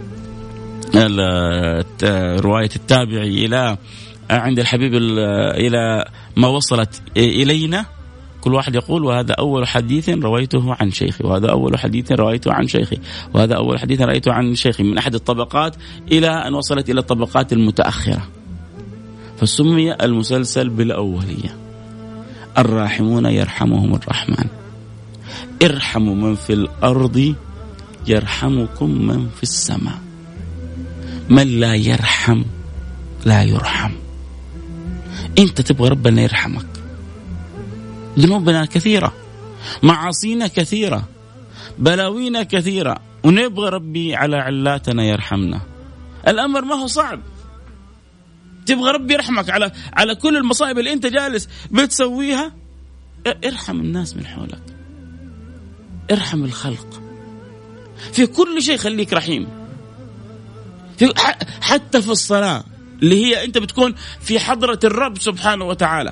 رواية التابعي إلى عند الحبيب إلى ما وصلت إلينا، كل واحد يقول وهذا أول حديث رويته عن شيخي، وهذا أول حديث رويته عن شيخي، وهذا أول حديث رأيته عن شيخي، من أحد الطبقات إلى أن وصلت إلى الطبقات المتأخرة، فسمي المسلسل بالأولية. الراحمون يرحمهم الرحمن، ارحموا من في الأرض يرحمكم من في السماء. من لا يرحم لا يرحم. انت تبغى ربنا يرحمك، ذنوبنا كثيرة، معاصينا كثيرة، بلاوينا كثيرة، ونبغى ربي على علاتنا يرحمنا. الأمر ما هو صعب، تبغى ربي يرحمك على على كل المصائب اللي انت جالس بتسويها، ارحم الناس من حولك، ارحم الخلق في كل شيء، خليك رحيم في حتى في الصلاة اللي هي انت بتكون في حضرة الرب سبحانه وتعالى.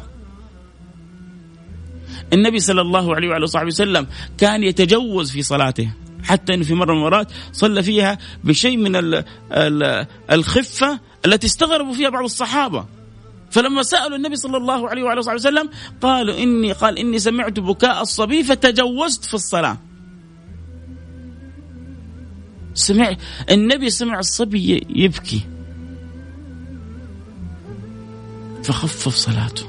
النبي صلى الله عليه وعلى صحبه وسلم كان يتجوز في صلاته، حتى انه في مرة من المرات صلى فيها بشيء من ال ال الخفة التي استغربوا فيها بعض الصحابة، فلما سألوا النبي صلى الله عليه وعلى صحبه وسلم قالوا إني قال إني سمعت بكاء الصبي فتجوزت في الصلاة. سمع النبي سمع الصبي يبكي فخفف صلاته.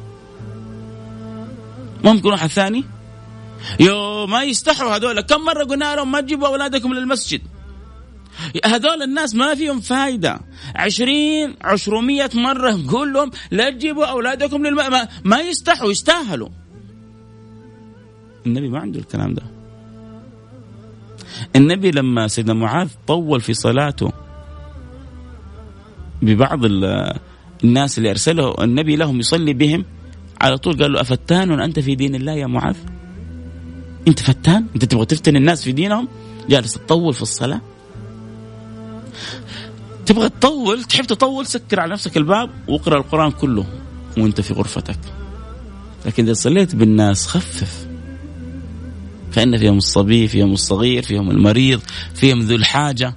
ممكن واحد ثاني يو ما يستحوا هذول، كم مرة قلنا لهم ما تجيبوا أولادكم للمسجد، هذول الناس ما فيهم فايدة، عشرين عشرمية مرة نقول لهم لا تجيبوا أولادكم للم... ما... ما يستحوا، يستاهلوا. النبي ما عنده الكلام ده. النبي لما سيدنا معاذ طول في صلاته ببعض الناس اللي أرسله النبي لهم يصلي بهم، على طول قال له أفتان أنت في دين الله يا معاذ؟ أنت فتان؟ أنت تبغى تفتن الناس في دينهم؟ جالس تطول في الصلاة؟ تبغى تطول، تحب تطول، سكر على نفسك الباب واقرأ القرآن كله وانت في غرفتك. لكن إذا صليت بالناس خفف، فإن فيهم الصبي، فيهم الصغير، فيهم المريض، فيهم ذو الحاجة.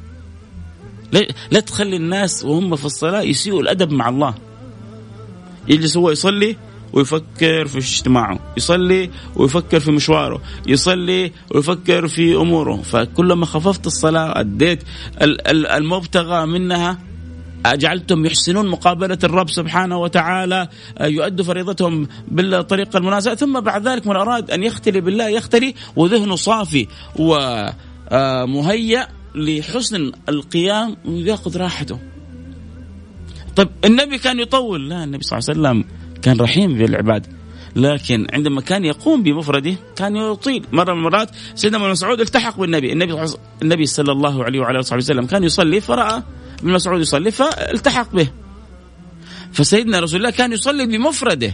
لا تخلي الناس وهم في الصلاة يسيئوا الأدب مع الله، يجلس هو يصلي ويفكر في اجتماعه، يصلي ويفكر في مشواره، يصلي ويفكر في أموره. فكلما خففت الصلاة أديت المبتغى منها أجعلتم يحسنون مقابلة الرب سبحانه وتعالى يؤدوا فريضتهم بالطريقة المناسبة، ثم بعد ذلك من أراد أن يختلي بالله يختلي وذهنه صافي ومهيأ لحسن القيام ويأخذ راحته. طيب النبي كان يطول؟ لا، النبي صلى الله عليه وسلم كان رحيم بالعباد، لكن عندما كان يقوم بمفرده كان يطيل. مرة من المرات سيدنا ابن مسعود التحق بالنبي، النبي النبي صلى الله عليه وعلى اله وسلم كان يصلي فرأى ابن مسعود يصلي فالتحق به، فسيدنا رسول الله كان يصلي بمفرده،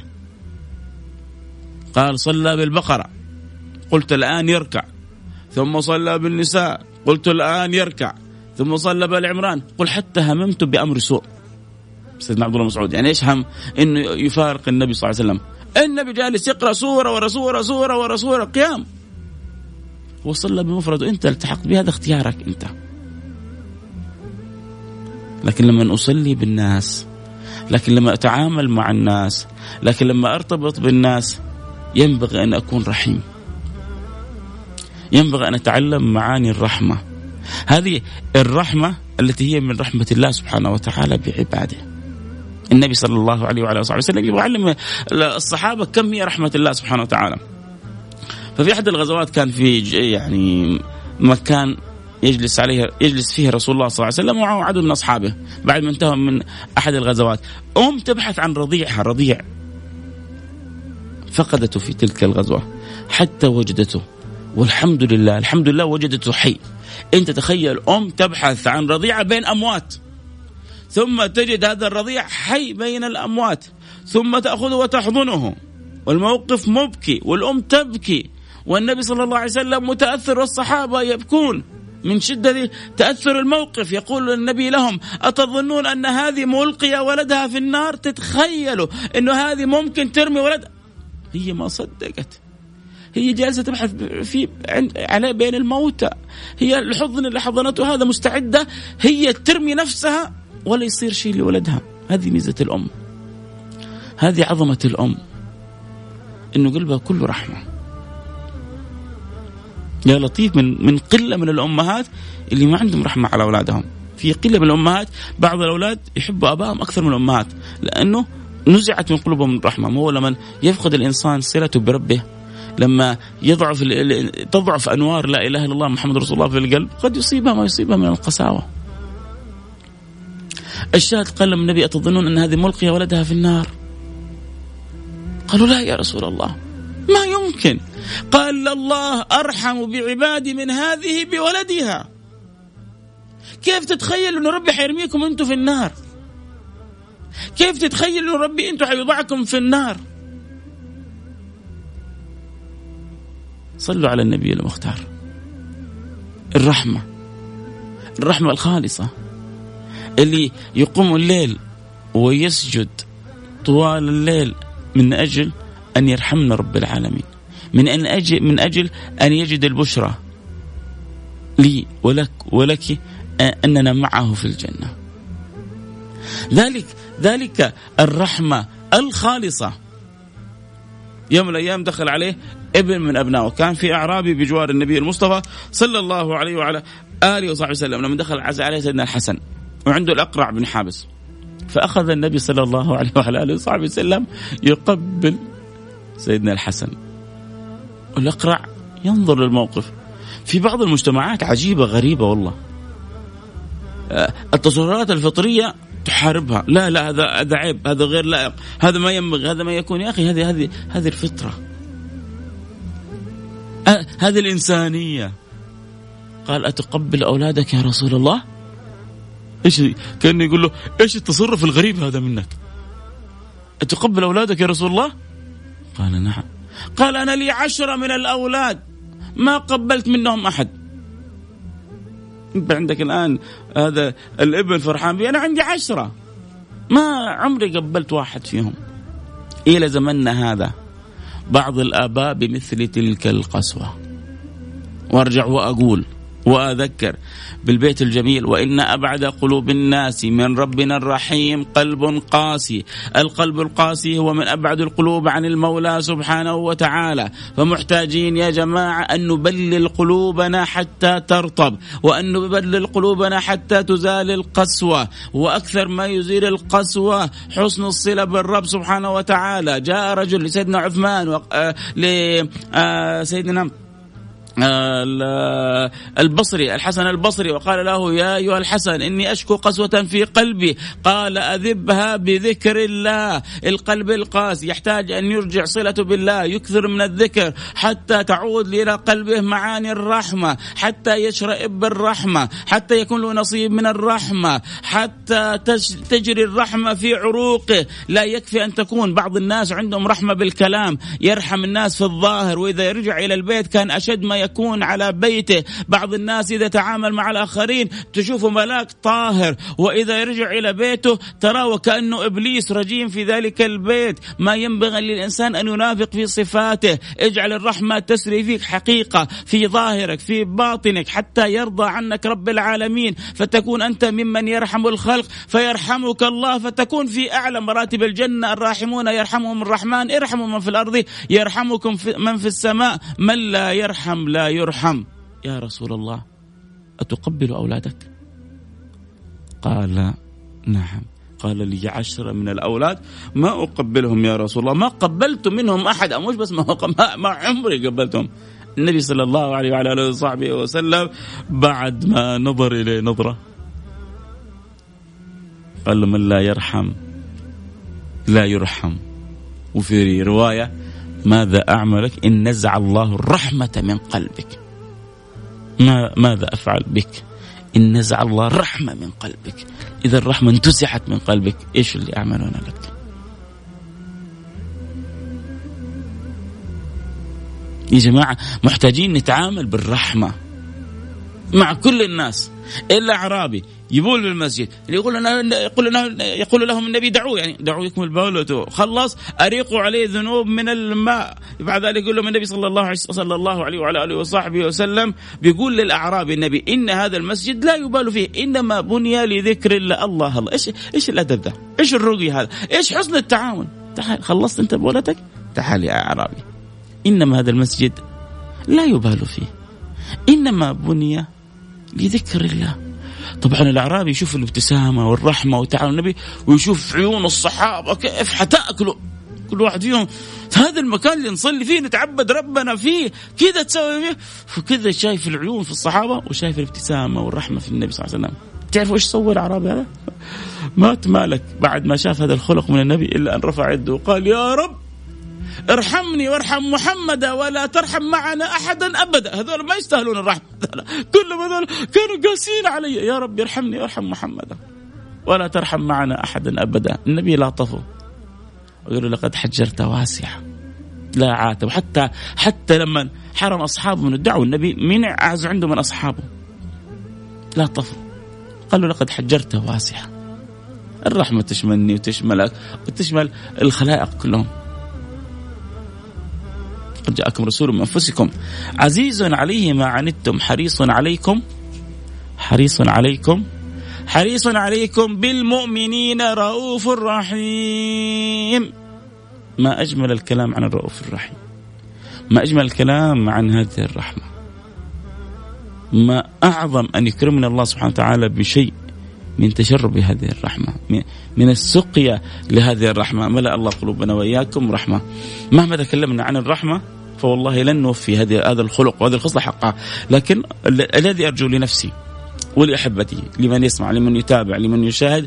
قال صلى بالبقرة قلت الآن يركع، ثم صلى بالنساء قلت الآن يركع، ثم صلى بالعمران، قل حتى هممت بأمر سوء. سيدنا عبد الله مسعود يعني ايش هم؟ انه يفارق النبي صلى الله عليه وسلم. النبي جالس يقرأ سورة ورا سورة سورة ورا سورة قيام، وصلى بمفرد وانت التحقت بهذا اختيارك انت. لكن لما أصلي بالناس، لكن لما أتعامل مع الناس، لكن لما أرتبط بالناس، ينبغي أن أكون رحيم، ينبغي أن أتعلم معاني الرحمة. هذه الرحمة التي هي من رحمة الله سبحانه وتعالى بعباده. النبي صلى الله عليه وعلى آله وسلم يبغى يعلم الصحابة كم هي رحمة الله سبحانه وتعالى. ففي أحد الغزوات كان في يعني مكان يجلس عليه يجلس فيه رسول الله صلى الله عليه وسلم ومعه عدد من أصحابه بعد ما انتهى من أحد الغزوات. أم تبحث عن رضيعها، رضيع فقدته في تلك الغزوة حتى وجدته، والحمد لله الحمد لله وجدته حي. أنت تخيل أم تبحث عن رضيعة بين أموات، ثم تجد هذا الرضيع حي بين الأموات، ثم تأخذه وتحضنه، والموقف مبكي والأم تبكي والنبي صلى الله عليه وسلم متأثر والصحابة يبكون من شدة تأثر الموقف. يقول النبي لهم أتظنون أن هذه ملقية ولدها في النار؟ تتخيلوا أنه هذه ممكن ترمي ولد؟ هي ما صدقت، هي جالسة تبحث في على بين الموتى، هي الحضن اللي حضنته هذا مستعدة هي ترمي نفسها ولا يصير شيء لولدها. هذه ميزة الأم، هذه عظمة الأم، إنه قلبها كله رحمة. يا لطيف من من قلة من الأمهات اللي ما عندهم رحمة على أولادهم. في قلة من الأمهات بعض الأولاد يحبوا أبائهم أكثر من الأمهات لأنه نزعت من قلوبهم الرحمة. مو لما يفقد الإنسان صلته بربه، لما يضعف تضعف أنوار لا إله إلا الله محمد رسول الله في القلب، قد يصيبها ما يصيبها من القساوة. الشاهد قال لهم النبي أتظنون أن هذه ملقية ولدها في النار؟ قالوا لا يا رسول الله ما يمكن. قال الله أرحم بعبادي من هذه بولدها. كيف تتخيل أن ربي حيرميكم أنتم في النار؟ كيف تتخيل أن ربي أنتم حيضعكم في النار؟ صلوا على النبي المختار. الرحمة، الرحمة الخالصة اللي يقوم الليل ويسجد طوال الليل من أجل أن يرحمنا رب العالمين، من أن أجل من أجل أن يجد البشرى لي ولك ولك أننا معه في الجنة. ذلك ذلك الرحمة الخالصة. يوم من الأيام دخل عليه ابن من أبنائه، كان في أعرابي بجوار النبي المصطفى صلى الله عليه وعلى آله وصحبه وسلم. لما دخل عز عليه سيدنا الحسن وعنده الأقرع بن حابس، فأخذ النبي صلى الله عليه وعلى آله وصحبه وسلم يقبل سيدنا الحسن، والأقرع ينظر للموقف. في بعض المجتمعات عجيبة غريبة والله، التصورات الفطرية تحاربها. لا لا هذا هذا عيب، هذا غير لائق، هذا ما ينبغي، هذا ما يكون. يا أخي هذه هذه هذه الفطرة، هذه الإنسانية. قال أتقبل أولادك يا رسول الله؟ إيش كأنه يقول له إيش التصرف الغريب هذا منك؟ أتقبل أولادك يا رسول الله؟ قال نعم. قال أنا لي عشرة من الأولاد ما قبلت منهم أحد. أنت عندك الآن هذا الابن فرحان بي، أنا عندي عشرة ما عمري قبلت واحد فيهم. إلى زمننا هذا بعض الآباء بمثل تلك القسوة. وارجع وأقول وأذكر بالبيت الجميل: وإن أبعد قلوب الناس من ربنا الرحيم قلب قاسي. القلب القاسي هو من أبعد القلوب عن المولى سبحانه وتعالى. فمحتاجين يا جماعة أن نبلل قلوبنا حتى ترطب، وأن نبلل قلوبنا حتى تزال القسوة. وأكثر ما يزيل القسوة حسن الصلة بالرب سبحانه وتعالى. جاء رجل لسيدنا عثمان و... آه... لسيدنا البصري الحسن البصري وقال له: يا أيها الحسن إني أشكو قسوة في قلبي. قال: أذبها بذكر الله. القلب القاسي يحتاج أن يرجع صلة بالله، يكثر من الذكر حتى تعود إلى قلبه معاني الرحمة، حتى يشرئب بالرحمة، حتى يكون له نصيب من الرحمة، حتى تجري الرحمة في عروقه. لا يكفي أن تكون بعض الناس عندهم رحمة بالكلام، يرحم الناس في الظاهر، وإذا يرجع إلى البيت كان أشد ما يكون على بيته. بعض الناس إذا تعامل مع الآخرين تشوفه ملاك طاهر، وإذا يرجع إلى بيته ترى وكأنه إبليس رجيم في ذلك البيت. ما ينبغي للإنسان أن ينافق في صفاته. اجعل الرحمة تسري فيك حقيقة في ظاهرك في باطنك، حتى يرضى عنك رب العالمين، فتكون أنت ممن يرحم الخلق فيرحمك الله، فتكون في أعلى مراتب الجنة. الراحمون يرحمهم الرحمن، ارحموا من في الأرض يرحمكم من في السماء. من لا يرحم لا يرحم. يا رسول الله أتقبل أولادك؟ قال: نعم. قال: لي عشرة من الأولاد ما أقبلهم يا رسول الله. ما قبلت منهم أحد، مش بس ما, ما عمري قبلتهم. النبي صلى الله عليه وعلى آله وصحبه وسلم بعد ما نظر إليه نظرة قال له: من لا يرحم لا يرحم. وفي رواية: ماذا أعملك إن نزع الله الرحمة من قلبك؟ ما ماذا أفعل بك إن نزع الله الرحمة من قلبك؟ إذا الرحمة انتزعت من قلبك إيش اللي أعملونه لك؟ يا جماعة محتاجين نتعامل بالرحمة مع كل الناس. إلا أعرابي يبول بالمسجد اللي يقول لنا يقول لنا يقول لهم النبي: دعوه، يعني دعوه يكمل بولته، خلص أريقوا عليه ذنوب من الماء. بعد ذلك يقول لهم النبي صلى الله عليه صلى الله عليه وعلى آله وصحبه وسلم بيقول للأعرابي النبي: إن هذا المسجد لا يبال فيه، إنما بني لذكر الله. الله الله، إيش إيش الأدب ده؟ إيش الرقي هذا؟ إيش حسن التعامل؟ تعال، خلصت أنت بولتك، تعال يا أعرابي، إنما هذا المسجد لا يبال فيه، إنما بني لذكر الله. طبعا الأعرابي يشوف الابتسامة والرحمة وتعالى النبي، ويشوف عيون الصحابة كيف حتأكلوا كل واحد فيهم هذا المكان اللي نصلي فيه نتعبد ربنا فيه، كذا تسوي فيه. فكذا شايف العيون في الصحابة وشايف الابتسامة والرحمة في النبي صلى الله عليه وسلم. تعرفوا إيش سوى الأعرابي هذا؟ ما تمالك بعد ما شاف هذا الخلق من النبي إلا أن رفع يده وقال: يا رب ارحمني وارحم محمدا ولا ترحم معنا أحدا أبدا. هذول ما يستاهلون الرحمة، كلهم هذول كانوا قاسين علي. يا رب ارحمني وارحم محمدا ولا ترحم معنا أحدا أبدا. النبي لاطفه ويقول: لقد حجرت واسعة. لا عاتب، حتى حتى لما حرم أصحابه من الدعوة النبي مين أعز عنده من أصحابه؟ لاطفه، قال له: لقد حجرت واسعة. الرحمة تشملني وتشملك وتشمل الخلائق كلهم. قد جاءكم رسول من أنفسكم عزيز عليه ما عنتم حريص عليكم حريص عليكم حريص عليكم بالمؤمنين رؤوف رحيم. ما أجمل الكلام عن الرؤوف الرحيم، ما أجمل الكلام عن هذه الرحمة، ما أعظم أن يكرمنا الله سبحانه وتعالى بشيء من تشرب هذه الرحمة، من السقيا لهذه الرحمة. ملأ الله قلوبنا وإياكم رحمة. مهما تكلمنا عن الرحمة فوالله لن نوفي هذه هذا الخلق وهذه الخصلة حقها. لكن الذي أرجو لنفسي ولأحبتي، لمن يسمع، لمن يتابع، لمن يشاهد،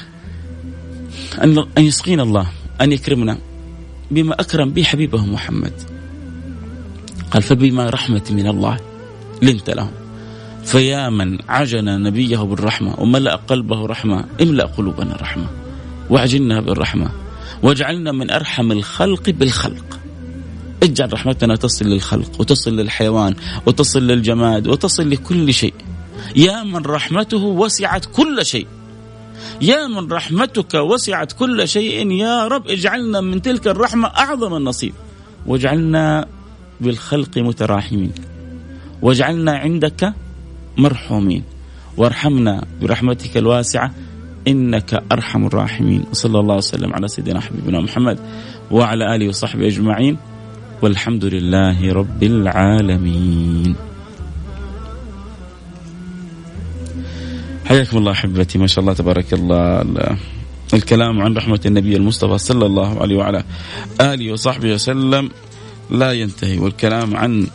أن أن يسقينا الله، أن يكرمنا بما أكرم به حبيبه محمد. قال: فبما رحمة من الله لنت لهم. فيا من عجن نبيه بالرحمة وملأ قلبه رحمة، املأ قلوبنا رحمة واعجلنا بالرحمة واجعلنا من أرحم الخلق بالخلق. اجعل رحمتنا تصل للخلق وتصل للحيوان وتصل للجماد وتصل لكل شيء. يا من رحمته وسعت كل شيء، يا من رحمتك وسعت كل شيء، يا رب اجعلنا من تلك الرحمة أعظم النصيب، واجعلنا بالخلق متراحمين، واجعلنا عندك مرحومين، وارحمنا برحمتك الواسعة إنك أرحم الراحمين. وصلى الله وسلم على سيدنا حبيبنا محمد وعلى آله وصحبه أجمعين، والحمد لله رب العالمين. حياكم الله أحبتي، ما شاء الله تبارك الله. الكلام عن رحمة النبي المصطفى صلى الله عليه وعلى آله وصحبه وسلم لا ينتهي، والكلام عن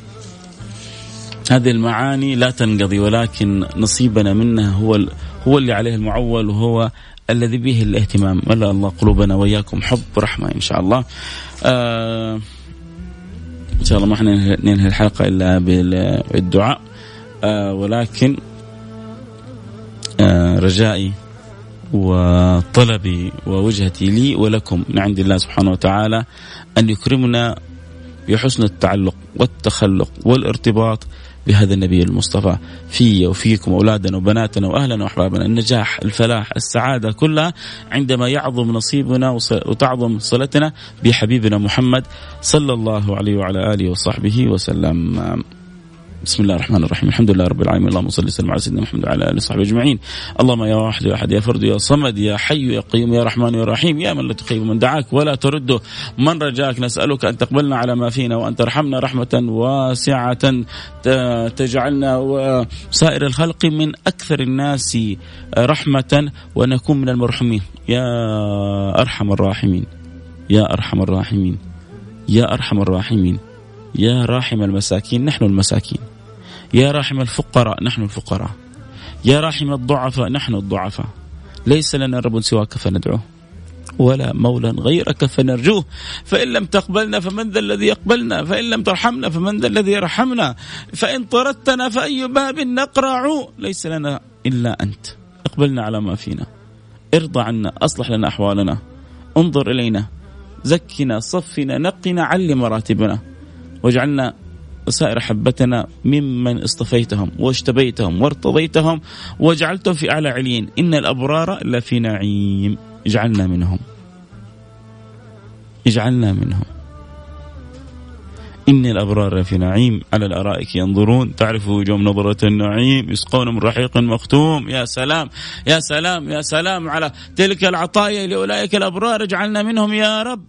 هذه المعاني لا تنقضي، ولكن نصيبنا منها هو هو اللي عليه المعول، وهو الذي به الاهتمام. ملأ الله قلوبنا وإياكم حب ورحمة إن شاء الله. آه إن شاء الله ما احنا ننهي الحلقة إلا بالدعاء، آه ولكن آه رجائي وطلبي ووجهتي لي ولكم من عند الله سبحانه وتعالى أن يكرمنا بحسن التعلق والتخلق والارتباط بهذا النبي المصطفى في وفيكم أولادنا وبناتنا وأهلنا وأحبابنا. النجاح، الفلاح، السعادة كلها عندما يعظم نصيبنا وتعظم صلتنا بحبيبنا محمد صلى الله عليه وعلى آله وصحبه وسلم. بسم الله الرحمن الرحيم، الحمد لله رب العالمين، اللهم صل وسلم على سيدنا محمد وعلى اله وصحبه اجمعين. اللهم يا واحد يا احد يا فرد يا صمد يا حي يا قيوم يا رحمن يا رحيم، يا من لا تخيب من دعاك ولا ترده من رجاك، نسألك أن تقبلنا على ما فينا، وأن ترحمنا رحمة واسعة تجعلنا وسائر الخلق من أكثر الناس رحمة، ونكون من المرحمين يا أرحم الراحمين يا أرحم الراحمين يا أرحم الراحمين. يا راحم المساكين نحن المساكين، يا راحم الفقراء نحن الفقراء، يا راحم الضعفاء نحن الضعفاء. ليس لنا رب سواك فندعوه، ولا مولى غيرك فنرجوه. فإن لم تقبلنا فمن ذا الذي يقبلنا، فإن لم ترحمنا فمن ذا الذي يرحمنا، فإن طردتنا فأي باب نقرع. ليس لنا إلا أنت، اقبلنا على ما فينا، ارضى عنا، أصلح لنا أحوالنا، انظر إلينا، زكنا، صفنا، نقنا، علي مراتبنا، واجعلنا سائر حبتنا ممن اصطفيتهم واجتبيتهم وارتضيتهم وجعلتهم في أعلى عليين. إن الأبرار لفي نعيم، اجعلنا منهم اجعلنا منهم. إن الأبرار لفي نعيم على الأرائك ينظرون تعرف وجوههم نظرة النعيم يسقون من رحيق مختوم. يا سلام يا سلام يا سلام على تلك العطايا لأولئك الأبرار. اجعلنا منهم يا رب،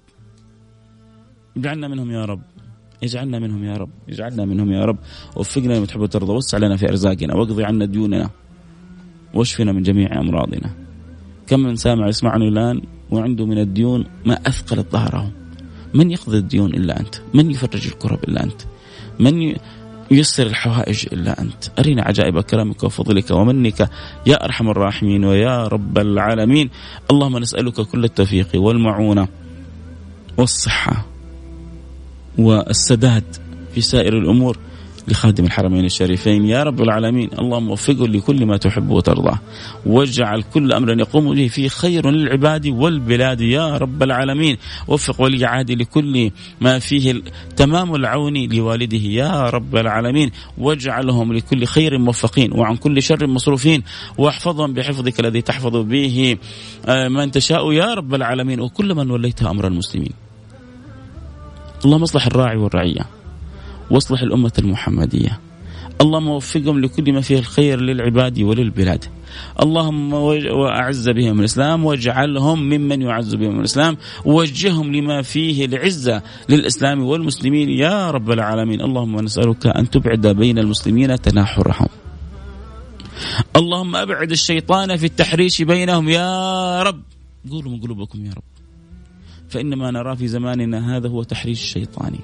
اجعلنا منهم يا رب، اجعلنا منهم يا رب، اجعلنا منهم يا رب. وفقنا لما تحب وترضى، وسع لنا في أرزاقنا، واقضي عنا ديوننا، واشفنا من جميع أمراضنا. كم من سامع يسمعني الآن وعنده من الديون ما أثقلت ظهره. من يقضي الديون إلا أنت، من يفرج الكرب إلا أنت، من ييسر الحوائج إلا أنت. أرنا عجائب كرمك وفضلك ومنك يا أرحم الراحمين ويا رب العالمين. اللهم نسألك كل التوفيق والمعونة والصحة والسداد في سائر الأمور لخادم الحرمين الشريفين يا رب العالمين. اللهم وفقه لكل ما تحب وترضى، واجعل كل أمر يقوم به فيه خير للعباد والبلاد يا رب العالمين. وفق ولي عهد لكل ما فيه تمام العون لوالده يا رب العالمين، واجعلهم لكل خير موفقين وعن كل شر مصروفين، واحفظهم بحفظك الذي تحفظ به من تشاء يا رب العالمين. وكل من وليت أمر المسلمين اللهم اصلح الراعي والرعية، واصلح الأمة المحمدية. اللهم وفقهم لكل ما فيه الخير للعباد وللبلاد. اللهم وأعز بهم الإسلام، واجعلهم ممن يعز بهم الإسلام، ووجههم لما فيه العزة للإسلام والمسلمين يا رب العالمين. اللهم نسألك أن تبعد بين المسلمين تناحرهم. اللهم أبعد الشيطان في التحريش بينهم يا رب. قولوا من قلوبكم يا رب، فإنما نرى في زماننا هذا هو تحريش الشيطاني.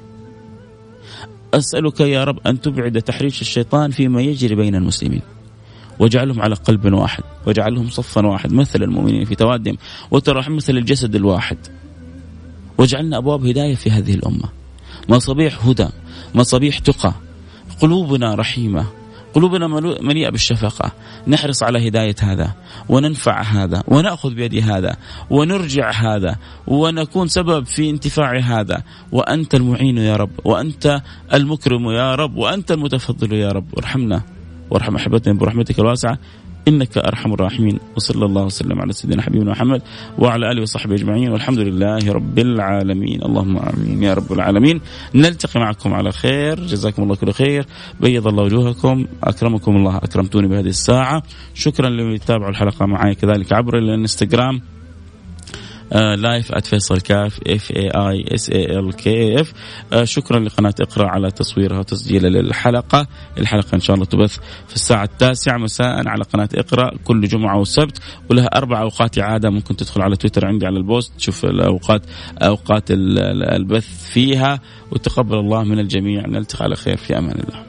أسألك يا رب أن تبعد تحريش الشيطان فيما يجري بين المسلمين، واجعلهم على قلب واحد، واجعلهم صفا واحد مثل المؤمنين في توادهم وتراحم مثل الجسد الواحد. واجعلنا أبواب هداية في هذه الأمة، مصابيح هدى، مصابيح تقى، قلوبنا رحيمة، قلوبنا مليئة بالشفقة. نحرص على هداية هذا وننفع هذا ونأخذ بيد هذا ونرجع هذا ونكون سبب في انتفاع هذا. وأنت المعين يا رب، وأنت المكرم يا رب، وأنت المتفضل يا رب. ارحمنا وارحم أحبتنا برحمتك الواسعة إنك أرحم الراحمين. وصلى الله وسلم على سيدنا حبيبنا محمد وعلى آله وصحبه أجمعين والحمد لله رب العالمين. اللهم آمين يا رب العالمين. نلتقي معكم على خير. جزاكم الله كل خير. بيض الله وجوهكم. أكرمكم الله. أكرمتوني بهذه الساعة. شكرا لمن يتابعوا الحلقة معي كذلك عبر الانستغرام لايف ات فيصل كاف اف اي اي اس اي ال كي اف. شكرا لقناة اقرأ على تصويرها وتسجيلها للحلقة. الحلقة ان شاء الله تبث في الساعة التاسعة مساء على قناة اقرأ كل جمعة وسبت، ولها اربع اوقات عادة. ممكن تدخل على تويتر عندي على البوست تشوف الاوقات اوقات البث فيها. وتقبل الله من الجميع. نلتقي على خير في امان الله.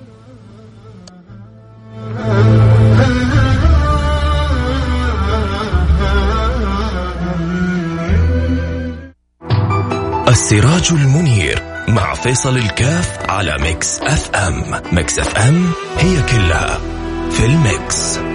السراج المنير مع فيصل الكاف على ميكس اف ام. ميكس اف ام هي كلها في الميكس.